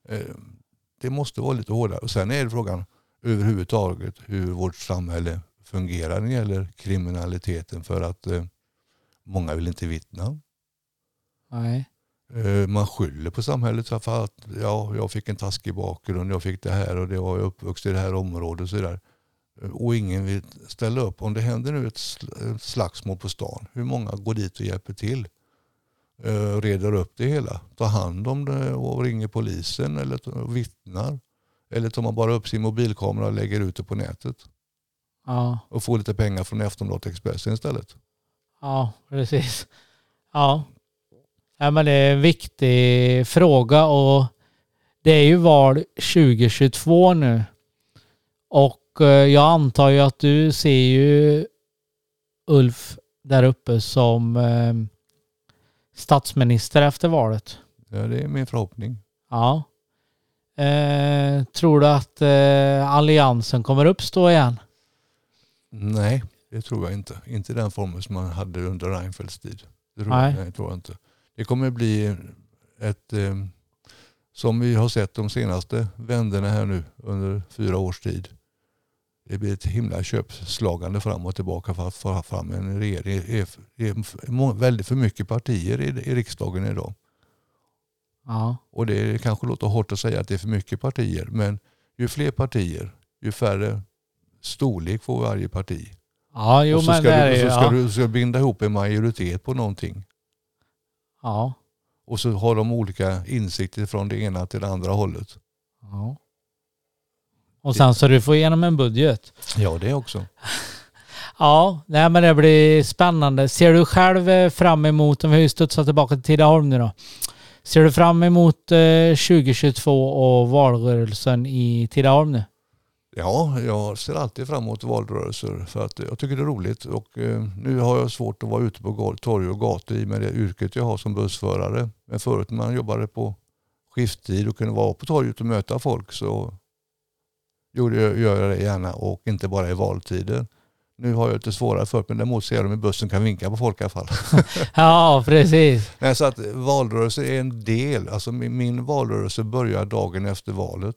Det måste vara lite hårdare. Och sen är det frågan överhuvudtaget hur vårt samhälle fungerar när det gäller kriminaliteten. För att eh, många vill inte vittna. Nej. Man skyller på samhället för att ja, jag fick en taskig bakgrund, jag fick det här och det var jag uppvuxen i det här området och så där. Och ingen vill ställa upp. Om det händer nu ett slagsmål på stan, hur många går dit och hjälper till? Reder upp det hela, tar hand om det och ringer polisen eller vittnar. Eller tar man bara upp sin mobilkamera och lägger ut det på nätet. Ja. Och får lite pengar från Aftonbladet Expressen istället. Ja, precis. Ja. Ja, men det är en viktig fråga och det är ju val tjugo tjugotvå nu. Och jag antar ju att du ser ju Ulf där uppe som eh, statsminister efter valet. Ja, det är min förhoppning. Ja. Eh, tror du att eh, alliansen kommer uppstå igen? Nej, det tror jag inte. Inte i den formen som man hade under Reinfeldts tid. Det tror, Nej. Jag, nej, tror jag inte. Det kommer bli ett, eh, som vi har sett de senaste vänderna här nu under fyra års tid. Det blir ett himla köpslagande fram och tillbaka för att få fram en regering. Det är, det är väldigt för mycket partier i, i riksdagen idag. Ja. Och det kanske låter hårt att säga att det är för mycket partier. Men ju fler partier, ju färre storlek får varje parti. Ja, jo, och så men ska, det är du, ju, så ska ja. du ska binda ihop en majoritet på någonting. Ja. Och så har de olika insikter från det ena till det andra hållet. Ja. Och sen så du får igenom en budget. Ja, det också. Ja, nej, men det blir spännande. Ser du själv fram emot, om vi har ju studsat tillbaka till Tidaholm nu då. Ser du fram emot eh, tjugo tjugotvå och valrörelsen i Tidaholm nu? Ja, jag ser alltid fram emot valrörelser för att jag tycker det är roligt. Och eh, nu har jag svårt att vara ute på torg och gator i med det yrket jag har som bussförare. Men förut när man jobbade på skifttid och kunde vara på torget och möta folk så gjorde jag, gör jag det gärna och inte bara i valtider. Nu har jag lite svårare för men däremot ser de i bussen kan vinka på folk i alla fall. Ja, precis. Nej, så att valrörelse är en del. Alltså min, min valrörelse börjar dagen efter valet.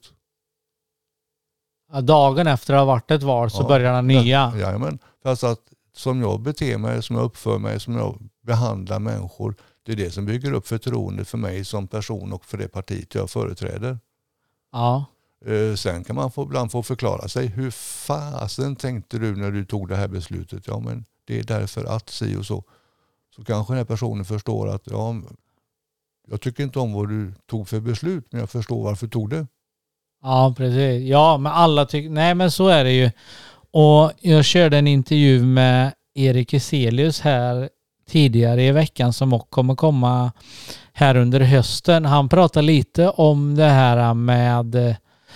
Ja, dagen efter att ha varit ett val så Ja, börjar den nya. Ja, men alltså att som jag beter mig, som jag uppför mig, som jag behandlar människor, det är det som bygger upp förtroende för mig som person och för det partiet jag företräder. Ja. Eh, sen kan man få, ibland få förklara sig. Hur fasen tänkte du när du tog det här beslutet? Ja, men det är därför att si och så. Så kanske den här personen förstår att ja, jag tycker inte om vad du tog för beslut, men jag förstår varför du tog det. Ja, precis. Ja, men alla tycker... Nej, men så är det ju. Och jag körde en intervju med Erik Eselius här tidigare i veckan som också kommer komma här under hösten. Han pratar lite om det här med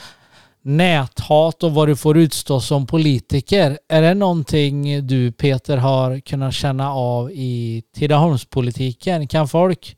näthat och vad du får utstå som politiker. Är det någonting du, Peter, har kunnat känna av i Tidaholmspolitiken? Kan folk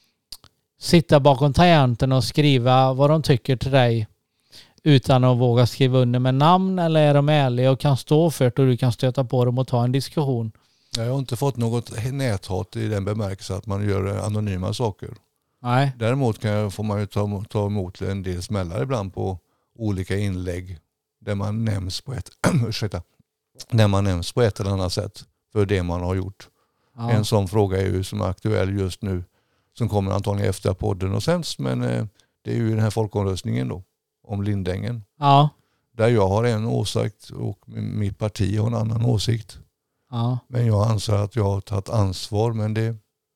sitta bakom tangenterna och skriva vad de tycker till dig utan att våga skriva under med namn, eller är de ärliga och kan stå för det och du kan stöta på dem och ta en diskussion? Jag har inte fått något näthat i den bemärkelse att man gör anonyma saker. Nej. Däremot kan jag, får man ju ta, ta emot en del smällar ibland på olika inlägg där man nämns på ett ursäkta, där man nämns på ett eller annat sätt för det man har gjort. Ja. En sån fråga är ju som är aktuell just nu som kommer antagligen efter podden och sänds, men eh, det är ju den här folkomröstningen då om Lindängen. Ja. Där jag har en åsikt och mitt parti har en annan åsikt. Ja. Men jag anser att jag har tagit ansvar, men det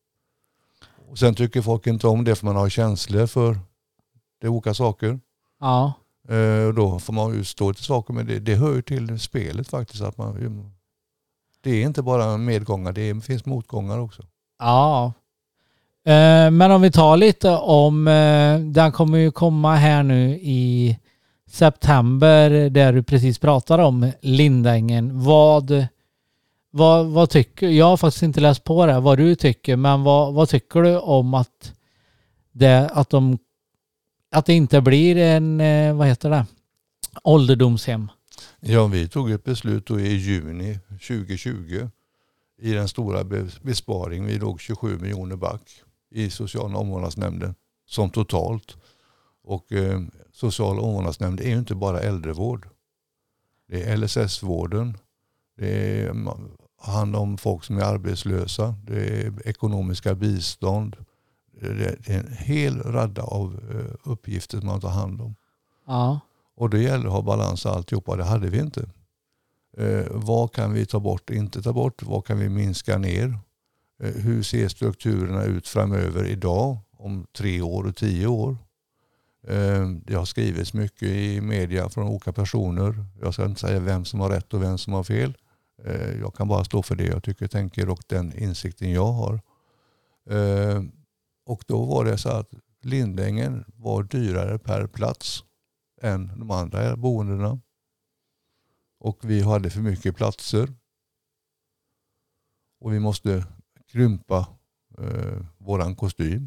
och sen tycker folk inte om det för man har känslor för det olika saker. Ja. Eh, och då får man ju stå till saker, men det, det hör ju till spelet faktiskt att man det är inte bara medgångar, det är, finns motgångar också. Ja. Eh, men om vi tar lite om eh, den kommer ju komma här nu i september där du precis pratar om Lindängen. Vad vad, vad tycker jag har faktiskt inte läst på det, vad du tycker, men vad, vad tycker du om att det, att de att det inte blir en, eh, vad heter det, ålderdomshem? Ja, vi tog ett beslut då i juni tjugo tjugo i den stora besparing. Vi låg tjugosju miljoner back i sociala omvårdnadsnämnden som totalt. Och eh, sociala omvårdnadsnämnden är ju inte bara äldrevård. Det är L S S-vården. Det är hand om folk som är arbetslösa. Det är ekonomiska bistånd. Det är en hel radda av uppgifter som man tar hand om. Ja. Och det gäller att ha balans alltihopa. Det hade vi inte. Eh, vad kan vi ta bort och inte ta bort? Vad kan vi minska ner? Eh, hur ser strukturerna ut framöver idag? Om tre år och tio år? Eh, det har skrivits mycket i media från olika personer. Jag ska inte säga vem som har rätt och vem som har fel. Eh, jag kan bara stå för det jag tycker, tänker och den insikten jag har. Eh, och då var det så att Lindängen var dyrare per plats än de andra boendena. Och vi hade för mycket platser. Och vi måste krympa eh, våran kostym.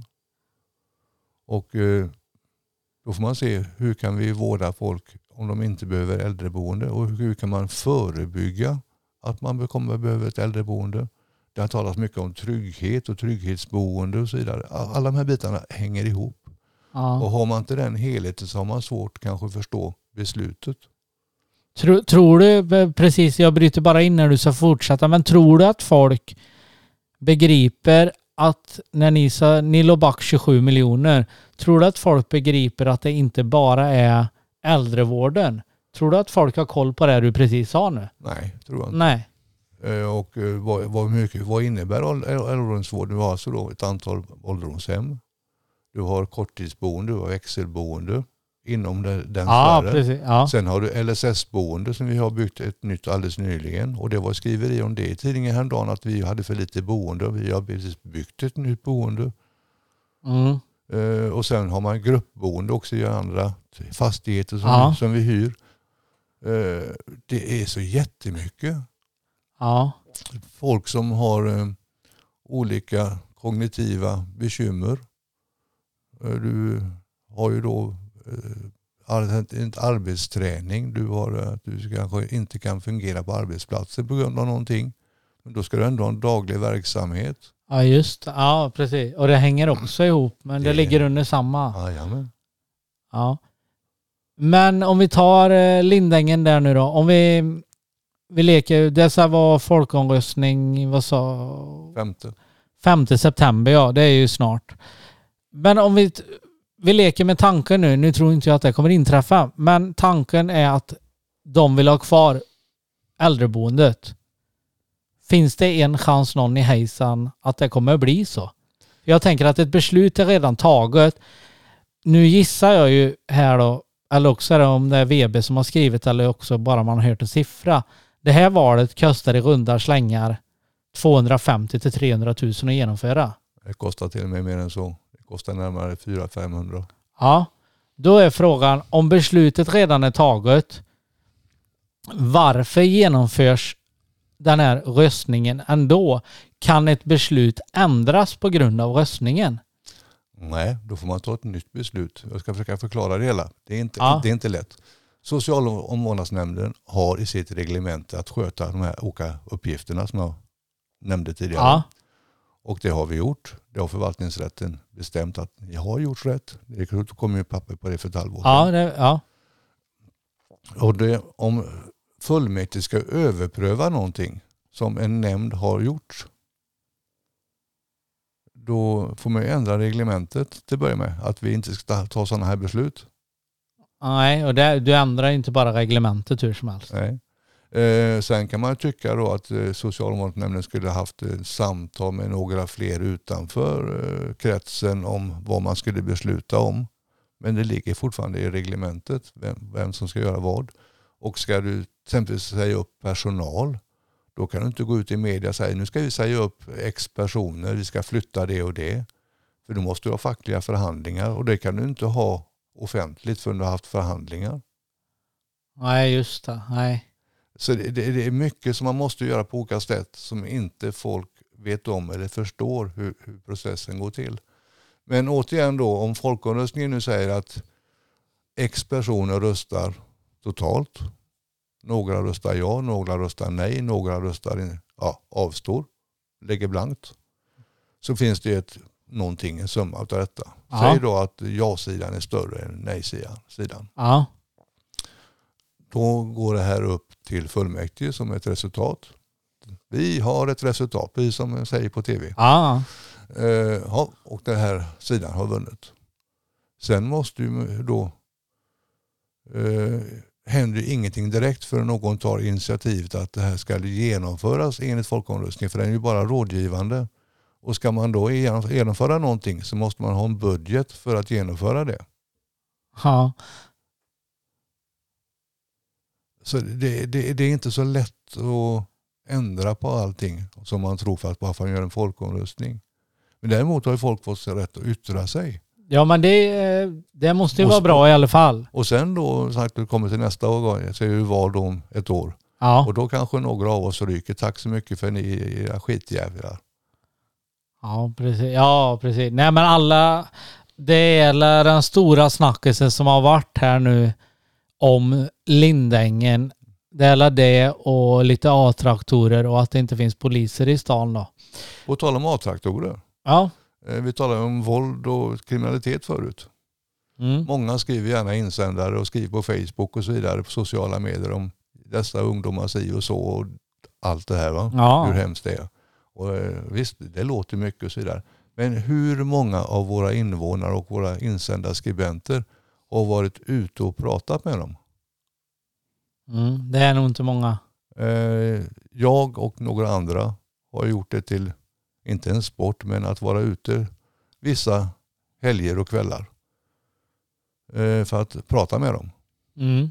Och eh, då får man se hur kan vi vårda folk om de inte behöver äldreboende. Och hur kan man förebygga att man kommer behöva ett äldreboende. Det har talats mycket om trygghet och trygghetsboende och så vidare. Alla de här bitarna hänger ihop. Ja. Och har man inte den helheten så har man svårt kanske att förstå beslutet. Tror, tror du, precis, jag bryter bara in när du ska fortsätta, men tror du att folk begriper att när ni, sa, ni låg back tjugosju miljoner, tror du att folk begriper att det inte bara är äldrevården? Tror du att folk har koll på det du precis sa nu? Nej, tror jag inte. Nej. Och vad, vad, mycket, vad innebär äldrevårdsvård? Du har alltså då ett antal ålderdomshem. Du har korttidsboende, du har växelboende inom den Ja, sfären. precis. Ja. Sen har du L S S-boende som vi har byggt ett nytt alldeles nyligen. Och det var skriveri om det i tidningen häromdagen att vi hade för lite boende. Vi har byggt ett nytt boende. Mm. Uh, och sen har man gruppboende också i andra fastigheter som, Ja. vi, som vi hyr. Uh, det är så jättemycket. Ja. Folk som har uh, olika kognitiva bekymmer. Uh, du har ju då en arbetsträning. Du har att du kanske inte kan fungera på arbetsplatsen på grund av någonting. Men då ska du ändå ha en daglig verksamhet. Ja, just. Ja, precis. Och det hänger också ihop, men det, det ligger under samma. Jajamän. Ja. Men om vi tar Lindängen där nu då. Om vi vi leker, dessa var folkomröstning, vad sa? Femte. Femte september, ja. Det är ju snart. Men om vi Vi leker med tanken nu. Nu tror inte jag att det kommer inträffa. Men tanken är att de vill ha kvar äldreboendet. Finns det en chans någon i hejsan att det kommer bli så? Jag tänker att ett beslut är redan taget. Nu gissar jag ju här då, eller också är det om det är V B som har skrivit eller också bara man har hört en siffra. Det här valet kostar i runda slängar tvåhundrafemtio till trehundratusen att genomföra. Det kostar till och med mer än så. Kostar närmare fyra till femhundra. Ja, då är frågan om beslutet redan är taget. Varför genomförs den här röstningen ändå? Kan ett beslut ändras på grund av röstningen? Nej, då får man ta ett nytt beslut. Jag ska försöka förklara det hela. Det är inte, Ja. det är inte lätt. Sociala omvårdnadsnämnden har i sitt reglemente att sköta de här olika uppgifterna som jag nämnde tidigare. Ja. Och det har vi gjort. Det har förvaltningsrätten bestämt att vi har gjort rätt. Det kommer ju papper på det för ett halvår sedan. Ja, det, ja. Och det, om fullmäktige ska överpröva någonting som en nämnd har gjort, då får man ju ändra reglementet till att börja med. Att vi inte ska ta sådana här beslut. Nej, och det, du ändrar inte bara reglementet hur som helst. Nej. Eh, sen kan man tycka då att eh, socialvårdsnämnden skulle ha haft eh, samtal med några fler utanför eh, kretsen om vad man skulle besluta om. Men det ligger fortfarande i reglementet vem, vem som ska göra vad. Och ska du till exempel säga upp personal, då kan du inte gå ut i media och säga nu ska vi säga upp x personer, vi ska flytta det och det. För du måste ha fackliga förhandlingar och det kan du inte ha offentligt förrän du har haft förhandlingar. Nej, just det. Nej. Så det, det, det är mycket som man måste göra på olika sätt som inte folk vet om eller förstår hur, hur processen går till. Men återigen då, om folkomröstningen nu säger att X personer röstar totalt. Några röstar ja, några röstar nej, några röstar ja, avstår, lägger blankt. Så finns det ett, någonting, en summa av detta. Ja. Säg då att ja-sidan är större än nej-sidan. Ja. Då går det här upp till fullmäktige som ett resultat. Vi har ett resultat, precis som man säger på tv. Ja. Uh, ja, och den här sidan har vunnit. Sen måste ju då uh, händer ingenting direkt för någon tar initiativet att det här ska genomföras enligt folkomröstningen, för den är ju bara rådgivande. Och ska man då genomföra någonting så måste man ha en budget för att genomföra det. Ja. Så det, det, det är inte så lätt att ändra på allting som man tror för att bara få göra en folkomröstning. Men däremot har ju folk fått rätt att yttra sig. Ja, men det, det måste ju vara bra i alla fall. Och sen då, sagt, det kommer till nästa år, så är det val om ett år. Ja. Och då kanske några av oss ryker. Tack så mycket för ni era skitjävlar. Ja, precis. Ja, precis. Nej, men alla, det är den stora snackisen som har varit här nu om Lindängen. Det är det och lite A-traktorer och att det inte finns poliser i stan då. Och tala om A-traktorer. Ja. Vi talar om våld och kriminalitet förut. Mm. Många skriver gärna insändare och skriver på Facebook och så vidare på sociala medier om dessa ungdomar si och så och allt det här, va? Ja. Hur hemskt det är. Och visst, det låter mycket och så vidare. Men hur många av våra invånare och våra insändarskribenter har varit ute och pratat med dem? Mm, det är nog inte många. Eh, jag och några andra har gjort det till, inte en sport, men att vara ute vissa helger och kvällar eh, för att prata med dem. Mm.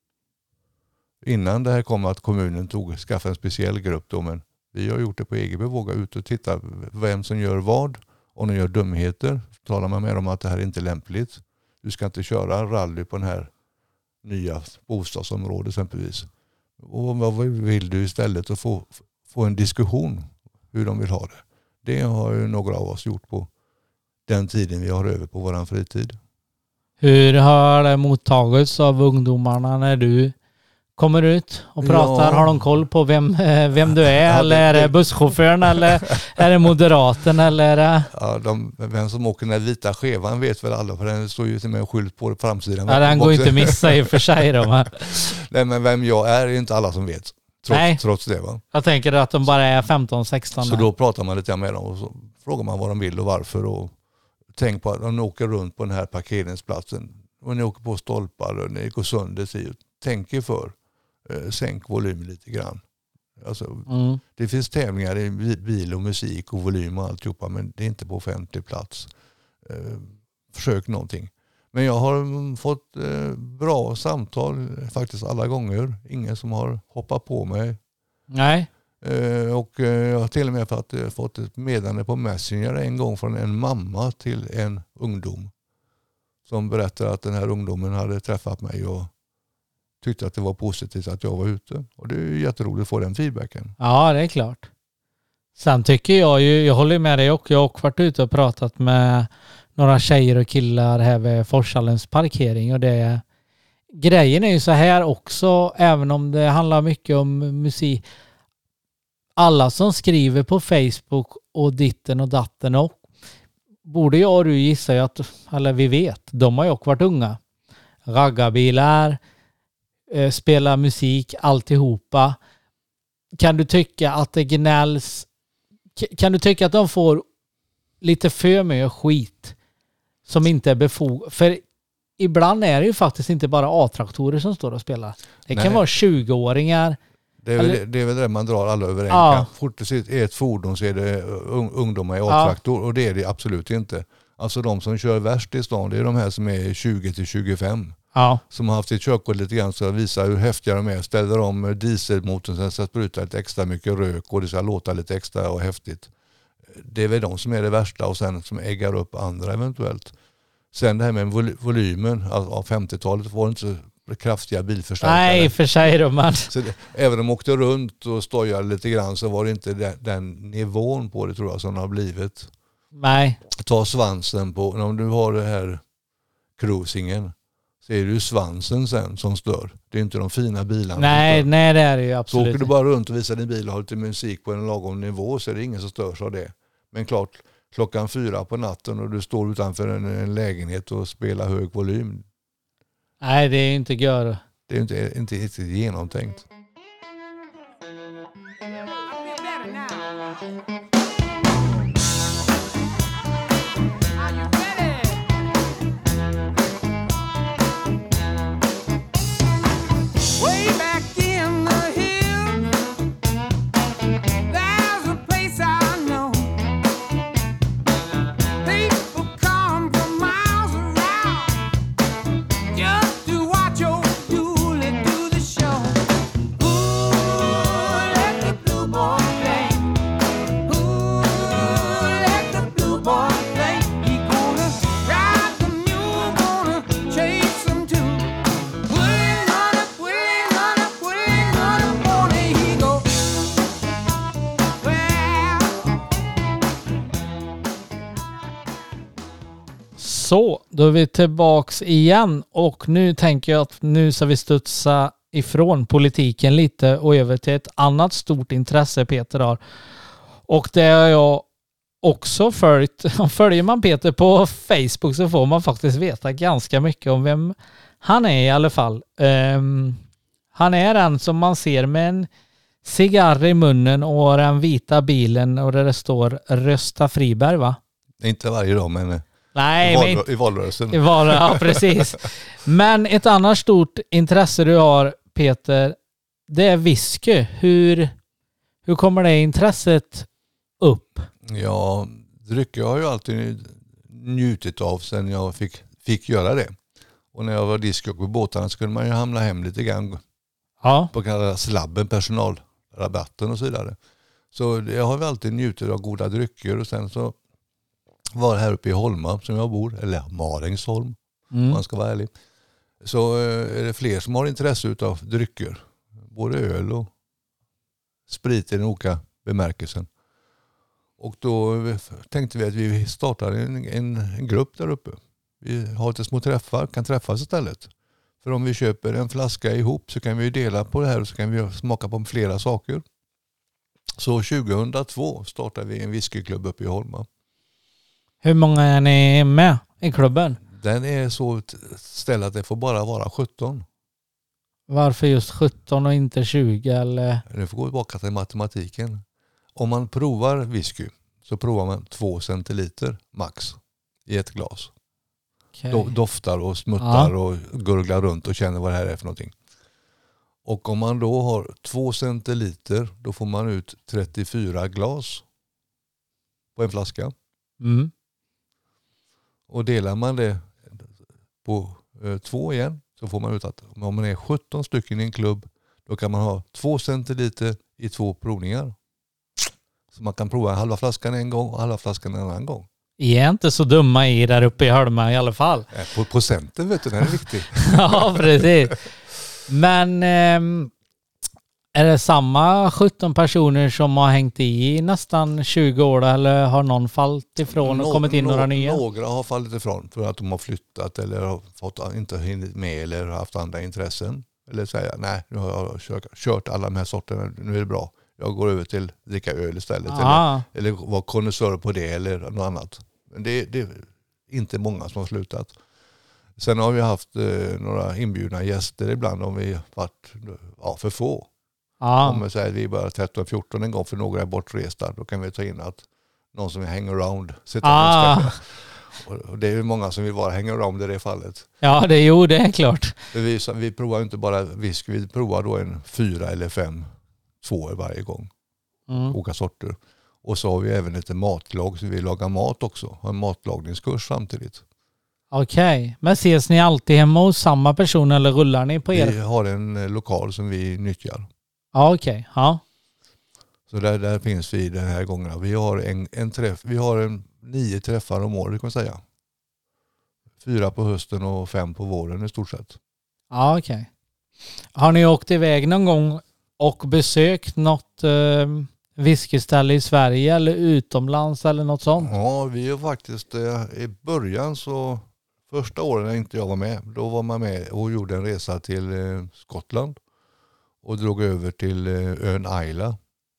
Innan det här kom att kommunen tog skaffa en speciell grupp då, men vi har gjort det på egen bevåga ut och titta vem som gör vad. Om de gör dumheter talar man med dem att det här är inte lämpligt. Du ska inte köra rally på den här nya bostadsområdet exempelvis. Och vad vill du istället att få, få en diskussion hur de vill ha det. Det har ju några av oss gjort på den tiden vi har över på våran fritid. Hur har det mottagits av ungdomarna när du kommer ut och pratar? Ja. Har de koll på vem, vem du är? Ja, eller är det busschauffören? Eller är det moderaten? Eller är det... Ja, de, vem som åker den här vita skevan vet väl alla, för den står ju till med en skylt på framsidan. Ja, den går ju inte missa i och för sig. Då, Nej, men vem jag är är inte alla som vet. Trots, Nej. trots det, va? Jag tänker att de bara är femton sexton. Så då pratar man lite med dem och så frågar man vad de vill och varför. Och tänk på att de åker runt på den här parkeringsplatsen. Och ni åker på stolpar och ni går sönder. Tänk er för. Sänk volymen lite grann. Alltså, mm. Det finns tävlingar i bil och musik och volym och alltihopa, men det är inte på offentlig plats. Eh, försök någonting. Men jag har fått eh, bra samtal faktiskt alla gånger. Ingen som har hoppat på mig. Nej. Eh, och eh, jag har till och med fått, eh, fått ett meddelande på Messenger en gång från en mamma till en ungdom. Som berättade att den här ungdomen hade träffat mig och tyckte att det var positivt att jag var ute. Och det är ju jätteroligt att få den feedbacken. Ja, det är klart. Sen tycker jag ju, jag håller med dig och jag har också varit ute och pratat med några tjejer och killar här vid Forshallens parkering. Och det, grejen är ju så här också, även om det handlar mycket om musik. Alla som skriver på Facebook och ditten och datten och borde jag och du gissa ju att, eller vi vet, de har ju också varit unga. Raggarbilar, spela musik, alltihopa. Kan du tycka att det gnälls? Kan du tycka att de får lite för mycket skit som inte är befogat? För ibland är det ju faktiskt inte bara A-traktorer som står och spelar. Det kan Nej. vara tjugo-åringar. Det är, väl, det är väl det man drar alla över en ja. kam. Fort det är ett fordon så är det ungdomar i A-traktor ja. och det är det absolut inte. Alltså de som kör värst i stan, det är de här som är tjugo till tjugofem. Ja. Som har haft sitt körkort lite grann så visar hur häftiga de är. Ställer om dieselmotorn så att det sprutar lite extra mycket rök och det ska låta lite extra och häftigt. Det är väl de som är det värsta och sen som äggar upp andra eventuellt. Sen det här med volymen av femtiotalet var det inte så kraftiga bilförstärkare. Nej, för sig då, men... Så det, även om de åkte runt och stojade lite grann så var det inte den, den nivån på det tror jag som det har blivit. Nej. Ta svansen på, om du har det här cruisingen så är det ju svansen sen som stör. Det är inte de fina bilarna. Nej, nej det är det ju så absolut. åker du bara runt och visar din bil och har lite musik på en lagom nivå så är det ingen som störs av det. Men klart, klockan fyra på natten och du står utanför en, en lägenhet och spelar hög volym. Nej, det är ju inte gör. Det är inte, inte, inte genomtänkt. Så, då är vi tillbaks igen och nu tänker jag att nu ska vi studsa ifrån politiken lite och över till ett annat stort intresse Peter har. Och det har jag också följt. Följer man Peter på Facebook så får man faktiskt veta ganska mycket om vem han är i alla fall. Um, han är den som man ser med en cigarr i munnen och den vita bilen och där det står Rösta Friberg, va? Inte varje dag men... Nej, I, val- men, i valrörelsen. I valrörelsen, ja precis. Men ett annat stort intresse du har, Peter, det är whisky. Hur, hur kommer det intresset upp? Ja, drycker har jag ju alltid njutit av sen jag fick, fick göra det. Och när jag var diskjock på båtarna så kunde man ju hamna hem lite grann Ja. på kallade slabben, personalrabatten och så vidare. Så jag har väl alltid njutit av goda drycker och sen så var här uppe i Holma som jag bor, eller Marängsholm Mm. om man ska vara ärlig. Så är det fler som har intresse av drycker. Både öl och sprit i den olika bemärkelsen. Och då tänkte vi att vi startar en, en, en grupp där uppe. Vi har lite små träffar, kan träffas istället. För om vi köper en flaska ihop så kan vi dela på det här och så kan vi smaka på flera saker. Så tjugohundratvå startade vi en whiskyklubb uppe i Holma. Hur många är ni med i klubben? Den är så ställd att det får bara vara sjutton. Varför just sjutton och inte tjugo? Eller? Nu får gå tillbaka till matematiken. Om man provar whisky så provar man två centiliter max i ett glas. Okay. Do- doftar och smuttar Ja. och gurglar runt och känner vad det här är för någonting. Och om man då har två centiliter då får man ut trettiofyra glas på en flaska. Mm. Och delar man det på eh, två igen så får man ut att om man är sjutton stycken i en klubb då kan man ha två centiliter i två provningar. Så man kan prova halva flaskan en gång och halva flaskan en annan gång. Är inte så dumma i där uppe i Holma i alla fall. Eh, På procenten vet du, den är viktig. Ja, precis. Men ehm, är det samma sjutton personer som har hängt i nästan tjugo år eller har någon fallit ifrån och Nå- kommit in nå- några nya? Några har fallit ifrån för att de har flyttat eller har fått, inte hunnit med eller haft andra intressen. Eller säga, nej nu har jag kört, kört alla de här sorterna, nu är det bra. Jag går över till att dricka öl istället. Ja. Eller, eller vara konnässör på det eller något annat. Men det, det är inte många som har slutat. Sen har vi haft eh, några inbjudna gäster ibland om vi varit ja, för få. Ja. Om vi säger att vi är bara tretton fjorton en gång för några är bortresta. Då kan vi ta in att någon som vill hang around. Sitta Ah. och, och det är ju många som vill vara hang around i det fallet. Ja, det, jo, det är klart. För vi, vi provar inte bara whisky, vi provar då en fyra eller fem tvåor varje gång. Mm. Olika sorter. Och så har vi även lite matlag så vi lagar mat också. Har en matlagningskurs samtidigt. Okej, okay. Men ses ni alltid hemma hos samma person eller rullar ni på er? Vi har en eh, lokal som vi nyttjar. Ja, okej. Okay. Ja. Så där, där finns vi den här gången. Vi har en, en träff, vi har en, nio träffar om året kan man säga. Fyra på hösten och fem på våren i stort sett. Ja, okej. Okay. Har ni åkt iväg någon gång och besökt något eh, whiskyställe i Sverige eller utomlands eller något sånt? Ja, vi har faktiskt eh, i början så första åren när inte jag var med, då var man med och gjorde en resa till eh, Skottland och drog över till eh, ön Isla.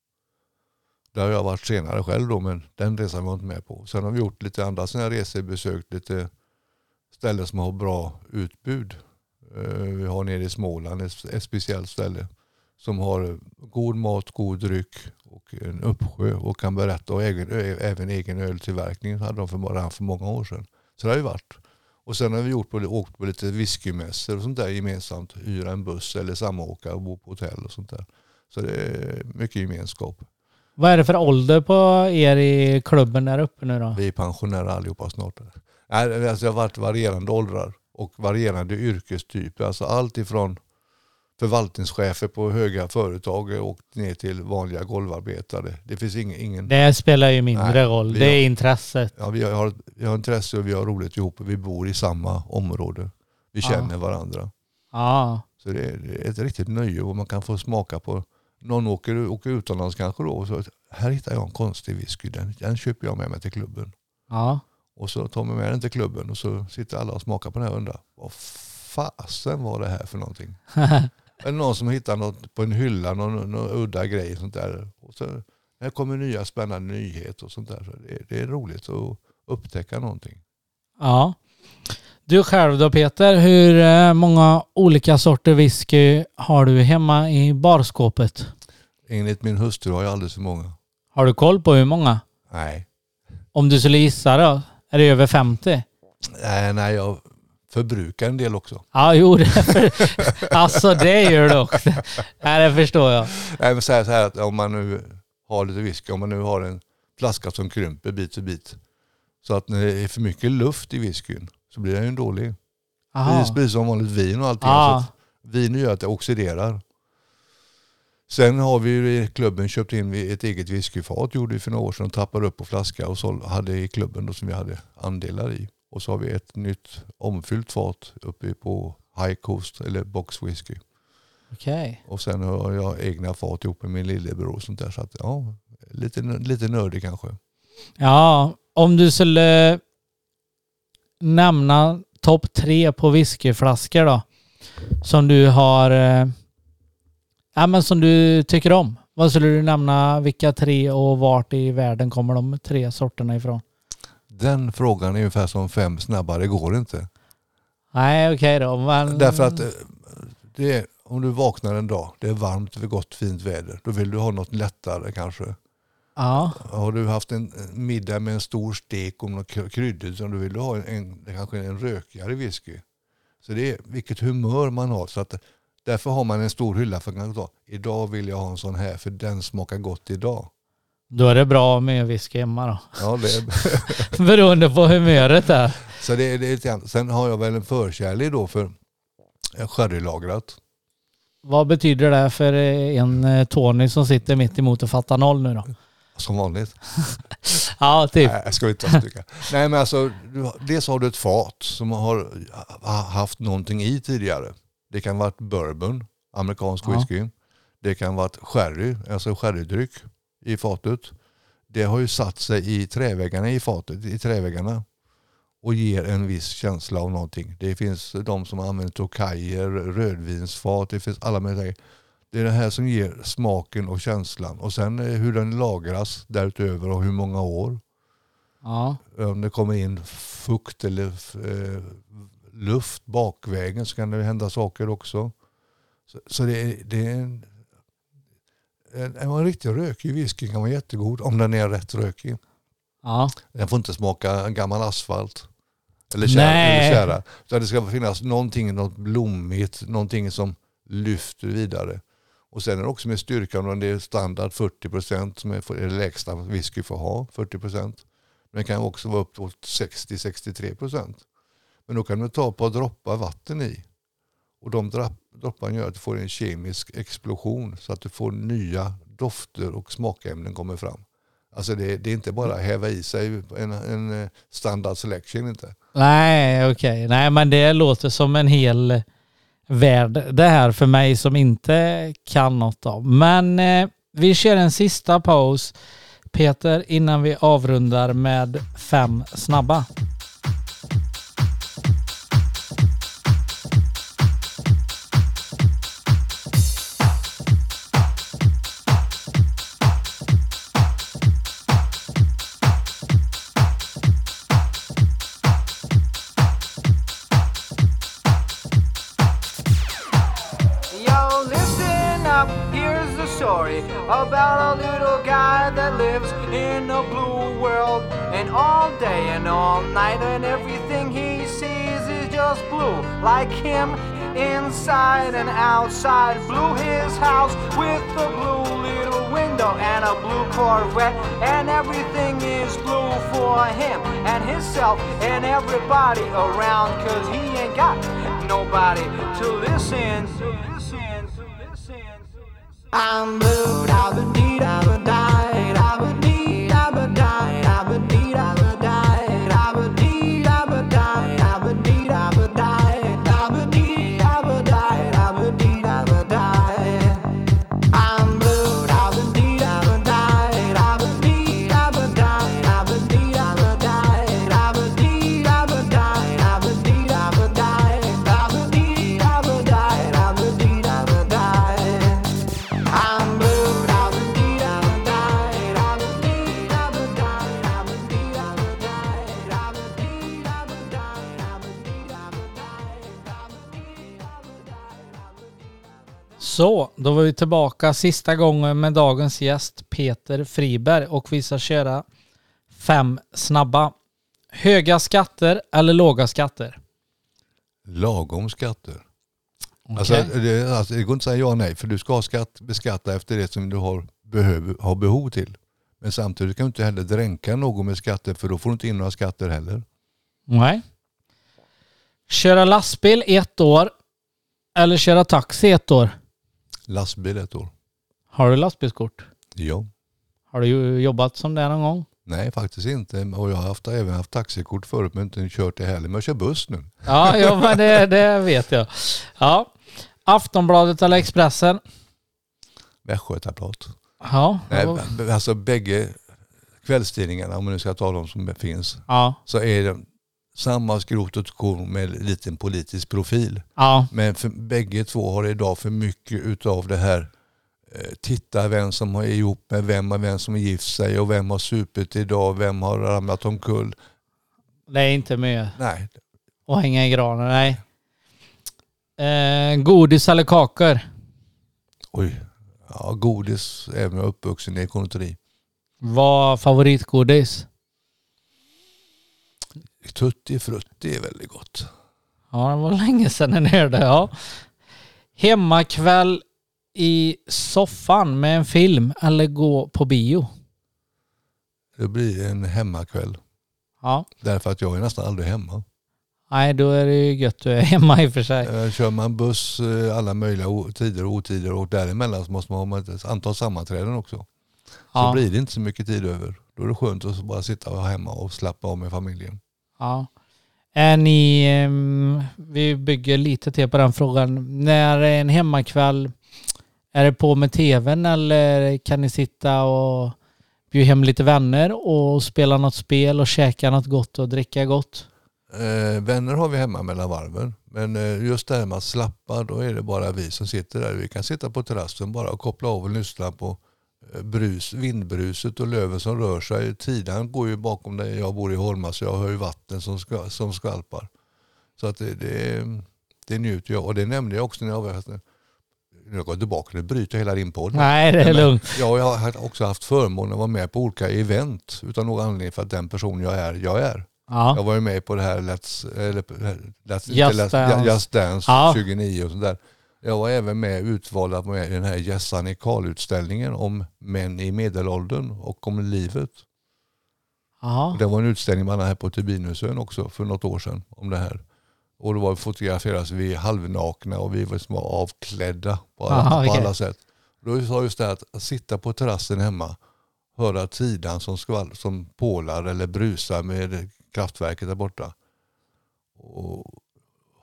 Där har jag varit senare själv då, men den resan var jag inte med på. Sen har vi gjort lite andra sådana resor, besökt lite ställen som har bra utbud. Vi har nere i Småland ett, ett speciellt ställe som har god mat, god dryck och en uppsjö och kan berätta, och egen, även egen öltillverkning hade de för, bara för många år sedan. Så det har ju varit. Och sen har vi gjort på, åkt på lite whiskymässor och sånt där gemensamt. Hyra en buss eller samåka och bo på hotell och sånt där. Så det är mycket gemenskap. Vad är det för ålder på er i klubben där uppe nu då? Vi är pensionärer allihopa snart. Nej, alltså det har varit varierande åldrar och varierande yrkestyper. Alltså allt ifrån förvaltningschefer på höga företag och ner till vanliga golvarbetare. Det finns ingen... ingen... Det spelar ju mindre Nej, roll. Det har, är intresset. Ja, vi har, vi har intresse och vi har roligt ihop. Vi bor i samma område. Vi känner ja. varandra. Ja. Så det är, det är ett riktigt nöje och man kan få smaka på... Någon åker, åker utomlands kanske då och så här hittar jag en konstig whisky. Den, den köper jag med mig till klubben. Ja. Och så tar man med den till klubben och så sitter alla och smakar på den här och undrar, vad fasen var det här för någonting? Eller någon som hittar något på en hylla, någon, någon udda grej och sånt där. Och så här kommer nya spännande nyheter och sånt där. Så det, det är roligt att upptäcka någonting. Ja. Du själv då Peter, hur många olika sorter whisky har du hemma i barskåpet? Enligt min hustru har jag alldeles för många. Har du koll på hur många? Nej. Om du skulle gissa då? Är det över femtio? Nej, nej jag förbrukar en del också. Ja, jo. Det för... alltså det gör du också. Nej, det förstår jag. Nej, men så här, så här att om man nu har lite whisky, om man nu har en flaska som krymper bit för bit. Så att när det är för mycket luft i whiskyn så blir den ju dålig. Det blir som vanligt vin och allting. Så att vin gör att det oxiderar. Sen har vi i klubben köpt in ett eget whiskyfat, gjorde vi för några år sedan, och tappade upp på flaska och så hade i klubben då, som vi hade andelar i. Och så har vi ett nytt omfyllt fat uppe på High Coast eller Box Whisky. Okej. Okay. Och sen har jag egna fat ihop med min lillebror och sånt där. Så att, ja, lite, lite nördig kanske. Ja, om du skulle nämna topp tre på whiskyflaskor då, som du har... Ja, men som du tycker om. Vad skulle du nämna, vilka tre och vart i världen kommer de tre sorterna ifrån? Den frågan är ungefär som fem snabbare går inte. Nej, okej okay då. Men... Därför att det är, om du vaknar en dag, det är varmt, det är gott, fint väder. Då vill du ha något lättare kanske. Ja. Har du haft en middag med en stor stek och något kryddigt, så då vill du ha en, en, kanske en rökigare whisky. Så det är vilket humör man har. Så att därför har man en stor hylla för att ta. Idag vill jag ha en sån här för den smakar gott idag. Då är det bra med whisky hemma då. Ja, det är... beroende på humöret där. Så det är, det är, sen har jag väl en förkärlek då för sherrylagrat. Vad betyder det för en Tony som sitter mitt emot och fattar noll nu då? Som vanligt. Ja, typ. Nej, jag ska inte stycka. Nej, men alltså, du, dels har du ett fat som har haft någonting i tidigare. Det kan vara bourbon, amerikansk whisky. Ja. Det kan vara sherry, alltså sherrydryck i fatet. Det har ju satt sig i träväggarna i fatet, i träväggarna. Och ger en viss känsla av någonting. Det finns de som använder tokajer, rödvinsfat, det finns alla möjliga. Det är det här som ger smaken och känslan. Och sen hur den lagras därutöver och hur många år. Ja. Om det kommer in fukt eller eh, luft bakvägen så kan det hända saker också. Så, så det, är, det är en, en, en riktigt rökig whisky kan vara jättegod om den är rätt rökig. Ja. Den får inte smaka gammal asfalt. Eller kära. Så det ska finnas någonting, något blommigt, någonting som lyfter vidare. Och sen är det också med styrkan, om det är standard fyrtio procent som är det lägsta whisky får ha, fyrtio procent. Men det kan också vara upp till sextio till sextiotre procent. Men då kan du ta ett par droppar vatten i. Och de dropparna gör att du får en kemisk explosion så att du får nya dofter och smakämnen kommer fram. Alltså det, det är inte bara häva i sig en, en standard selection inte. Nej, okej. Okay. Nej, men det låter som en hel värld det här för mig som inte kan något av. Men eh, vi kör en sista paus, Peter, innan vi avrundar med fem snabba. About a little guy that lives in a blue world, and all day and all night, and everything he sees is just blue, like him inside and outside. Blue his house with a blue little window and a blue Corvette, and everything is blue for him and himself and everybody around, 'cause he ain't got nobody to listen to listen to listen to listen. I'm blue, I've been deed, I've been died, I've been deed, I've been died, I've been deed, I've been died, I've been deed, I've been died, I've been deed, I've been died, I've been deed, I've been died, I've been deed, I've been died. I'm blue, I've been deed, I've been died, I've been deed, I've been died, I've been deed, I've been died, I've been deed, I've been died, I've been deed, I've been died, I've been deed, I've been died, I've been deed, I've been died. I'm blue, I've been deed, I've been died, I've been deed, I've been died, I've been deed, I've been died, I've been deed, I've been died, I've been deed, I've been died, I've been deed, I've been died, I've been deed. Så, då var vi tillbaka sista gången med dagens gäst Peter Friberg och vi ska köra fem snabba. Höga skatter eller låga skatter? Lagom skatter. Okej. Alltså, det, alltså, det går inte att säga ja och nej, för du ska ha skatt, beskatta efter det som du har, behöv, har behov till. Men samtidigt kan du inte heller dränka någon med skatter, för då får du inte in några skatter heller. Nej. Köra lastbil ett år eller köra taxi ett år? Lastbil ett år. Har du lastbilskort? Ja. Har du ju jobbat som det någon gång? Nej, faktiskt inte. Och jag har haft, även haft taxikort förut, men inte kört det heller. Men jag kör buss nu. Ja, ja men det, det vet jag. Ja. Aftonbladet eller Expressen? Västgötablad. Ja. Nej, alltså bägge kvällstidningarna, om man nu ska ta dem som finns, Ja. så är det samma skrot och korn med liten politisk profil. Ja. Men för, bägge två har idag för mycket utav det här eh, titta vem som har ihop med vem och vem som har gift sig och vem har supit idag, vem har ramlat omkull. Det är inte med Nej. att hänga i granen, nej. Eh, godis eller kakor? Oj. Ja, godis, även om jag är uppvuxen i konditori. Vad favoritgodis? Tutti frutti är väldigt gott. Ja, det var länge sedan jag hörde, ja. Hemmakväll i soffan med en film eller gå på bio? Det blir en hemmakväll. Ja. Därför att jag är nästan aldrig hemma. Nej, då är det ju gött du är hemma i och för sig. Eh, Kör man buss eh, alla möjliga o- tider och otider och däremellan så måste man ha ett antal sammanträden också. Så Ja. blir det inte så mycket tid över. Då är det skönt att bara sitta hemma och slappa av med familjen. Ja. Är ni, ehm, vi bygger lite till på den frågan. När är en hemmakväll, är det på med tvn eller kan ni sitta och bjuda hem lite vänner och spela något spel och käka något gott och dricka gott? Eh, vänner har vi hemma mellan varven. Men eh, just det här med att slappa, då är det bara vi som sitter där. Vi kan sitta på terrassen bara och koppla av och lyssna på eh, brus, vindbruset och löven som rör sig. Tiden går ju bakom där jag bor i Holma, så jag hör ju vatten som, ska, som skvalpar. Så att det, det, det njuter jag. Och det nämnde jag också när jag var här. Jag går tillbaka, nu bryter hela din podd. Nej, det är Men lugnt. Jag har också haft förmånen att vara med på olika event utan någon anledning, för att den person jag är, jag är. Ja. Jag var ju med på det här Let's, eller, let's, Just let's, Dance. Just Dance Ja. tjugonio och sånt där. Jag var även med utvald med den här Jessan i Karl-utställningen om män i medelåldern och om livet. Ja. Det var en utställning man hade här på Turbinusön också för något år sedan om det här. Och då var vi fotograferas vi halvnakna och vi var som var avklädda på alla, Aha, på okej. alla sätt. Då sa just det att, att sitta på terrassen hemma, höra tidan som, skvall, som pålar eller brusar med kraftverket där borta. Och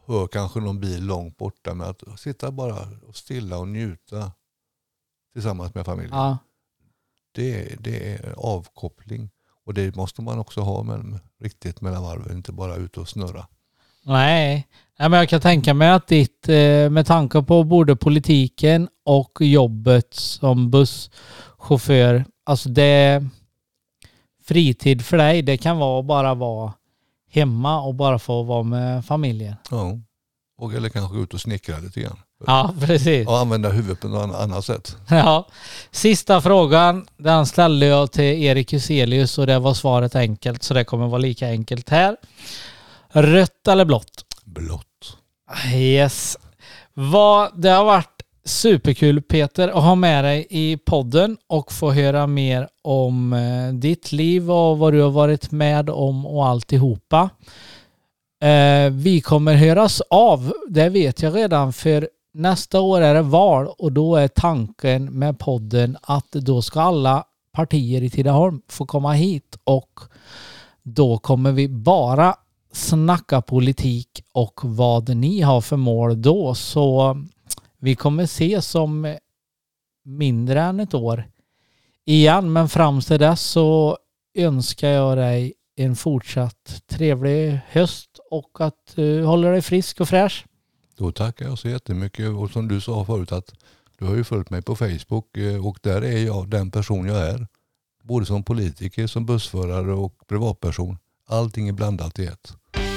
hör kanske någon bil långt borta, men att sitta bara och stilla och njuta tillsammans med familjen. Ja. Det, det är avkoppling. Och det måste man också ha med, riktigt mellan varven, inte bara ut och snurra. Nej. Nej, men jag kan tänka mig att ditt, med tanke på både politiken och jobbet som busschaufför, alltså det fritid för dig, det kan vara bara vara hemma och bara få vara med familjen. Ja. Och eller kanske gå ut och snickra lite grann. Ja, precis. Och använda huvudet på något annat sätt. Ja. Sista frågan, den ställde jag till Erik Huselius och det var svaret enkelt, så det kommer vara lika enkelt här. Rött eller blått? Blått. Yes. Vad, det har varit superkul, Peter, att ha med dig i podden och få höra mer om eh, ditt liv och vad du har varit med om och alltihopa. Eh, vi kommer höras av, det vet jag redan, för nästa år är det val och då är tanken med podden att då ska alla partier i Tidaholm få komma hit och då kommer vi bara snacka politik och vad ni har för mål då. Så vi kommer se som mindre än ett år igen, men fram till dess så önskar jag dig en fortsatt trevlig höst och att du håller dig frisk och fräsch. Då tackar jag så jättemycket, och som du sa förut att du har ju följt mig på Facebook och där är jag den person jag är. Både som politiker, som bussförare och privatperson. Allting är blandat i ett.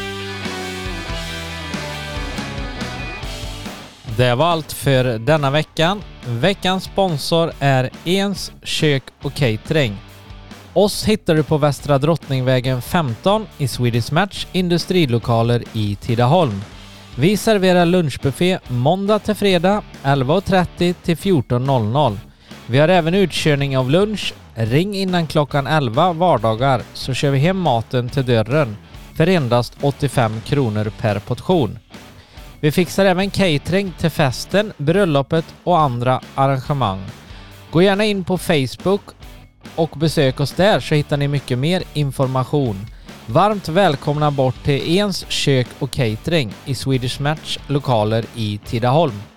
Det var allt för denna veckan. Veckans sponsor är Ens kök och catering. Oss hittar du på Västra Drottningvägen femton i Swedish Match industrilokaler i Tidaholm. Vi serverar lunchbuffé måndag till fredag elva och trettio till fjorton noll noll. Vi har även utkörning av lunch. Ring innan klockan elva vardagar så kör vi hem maten till dörren för endast åttiofem kronor per portion. Vi fixar även catering till festen, bröllopet och andra arrangemang. Gå gärna in på Facebook och besök oss där så hittar ni mycket mer information. Varmt välkomna bort till Ens kök och catering i Swedish Match lokaler i Tidaholm.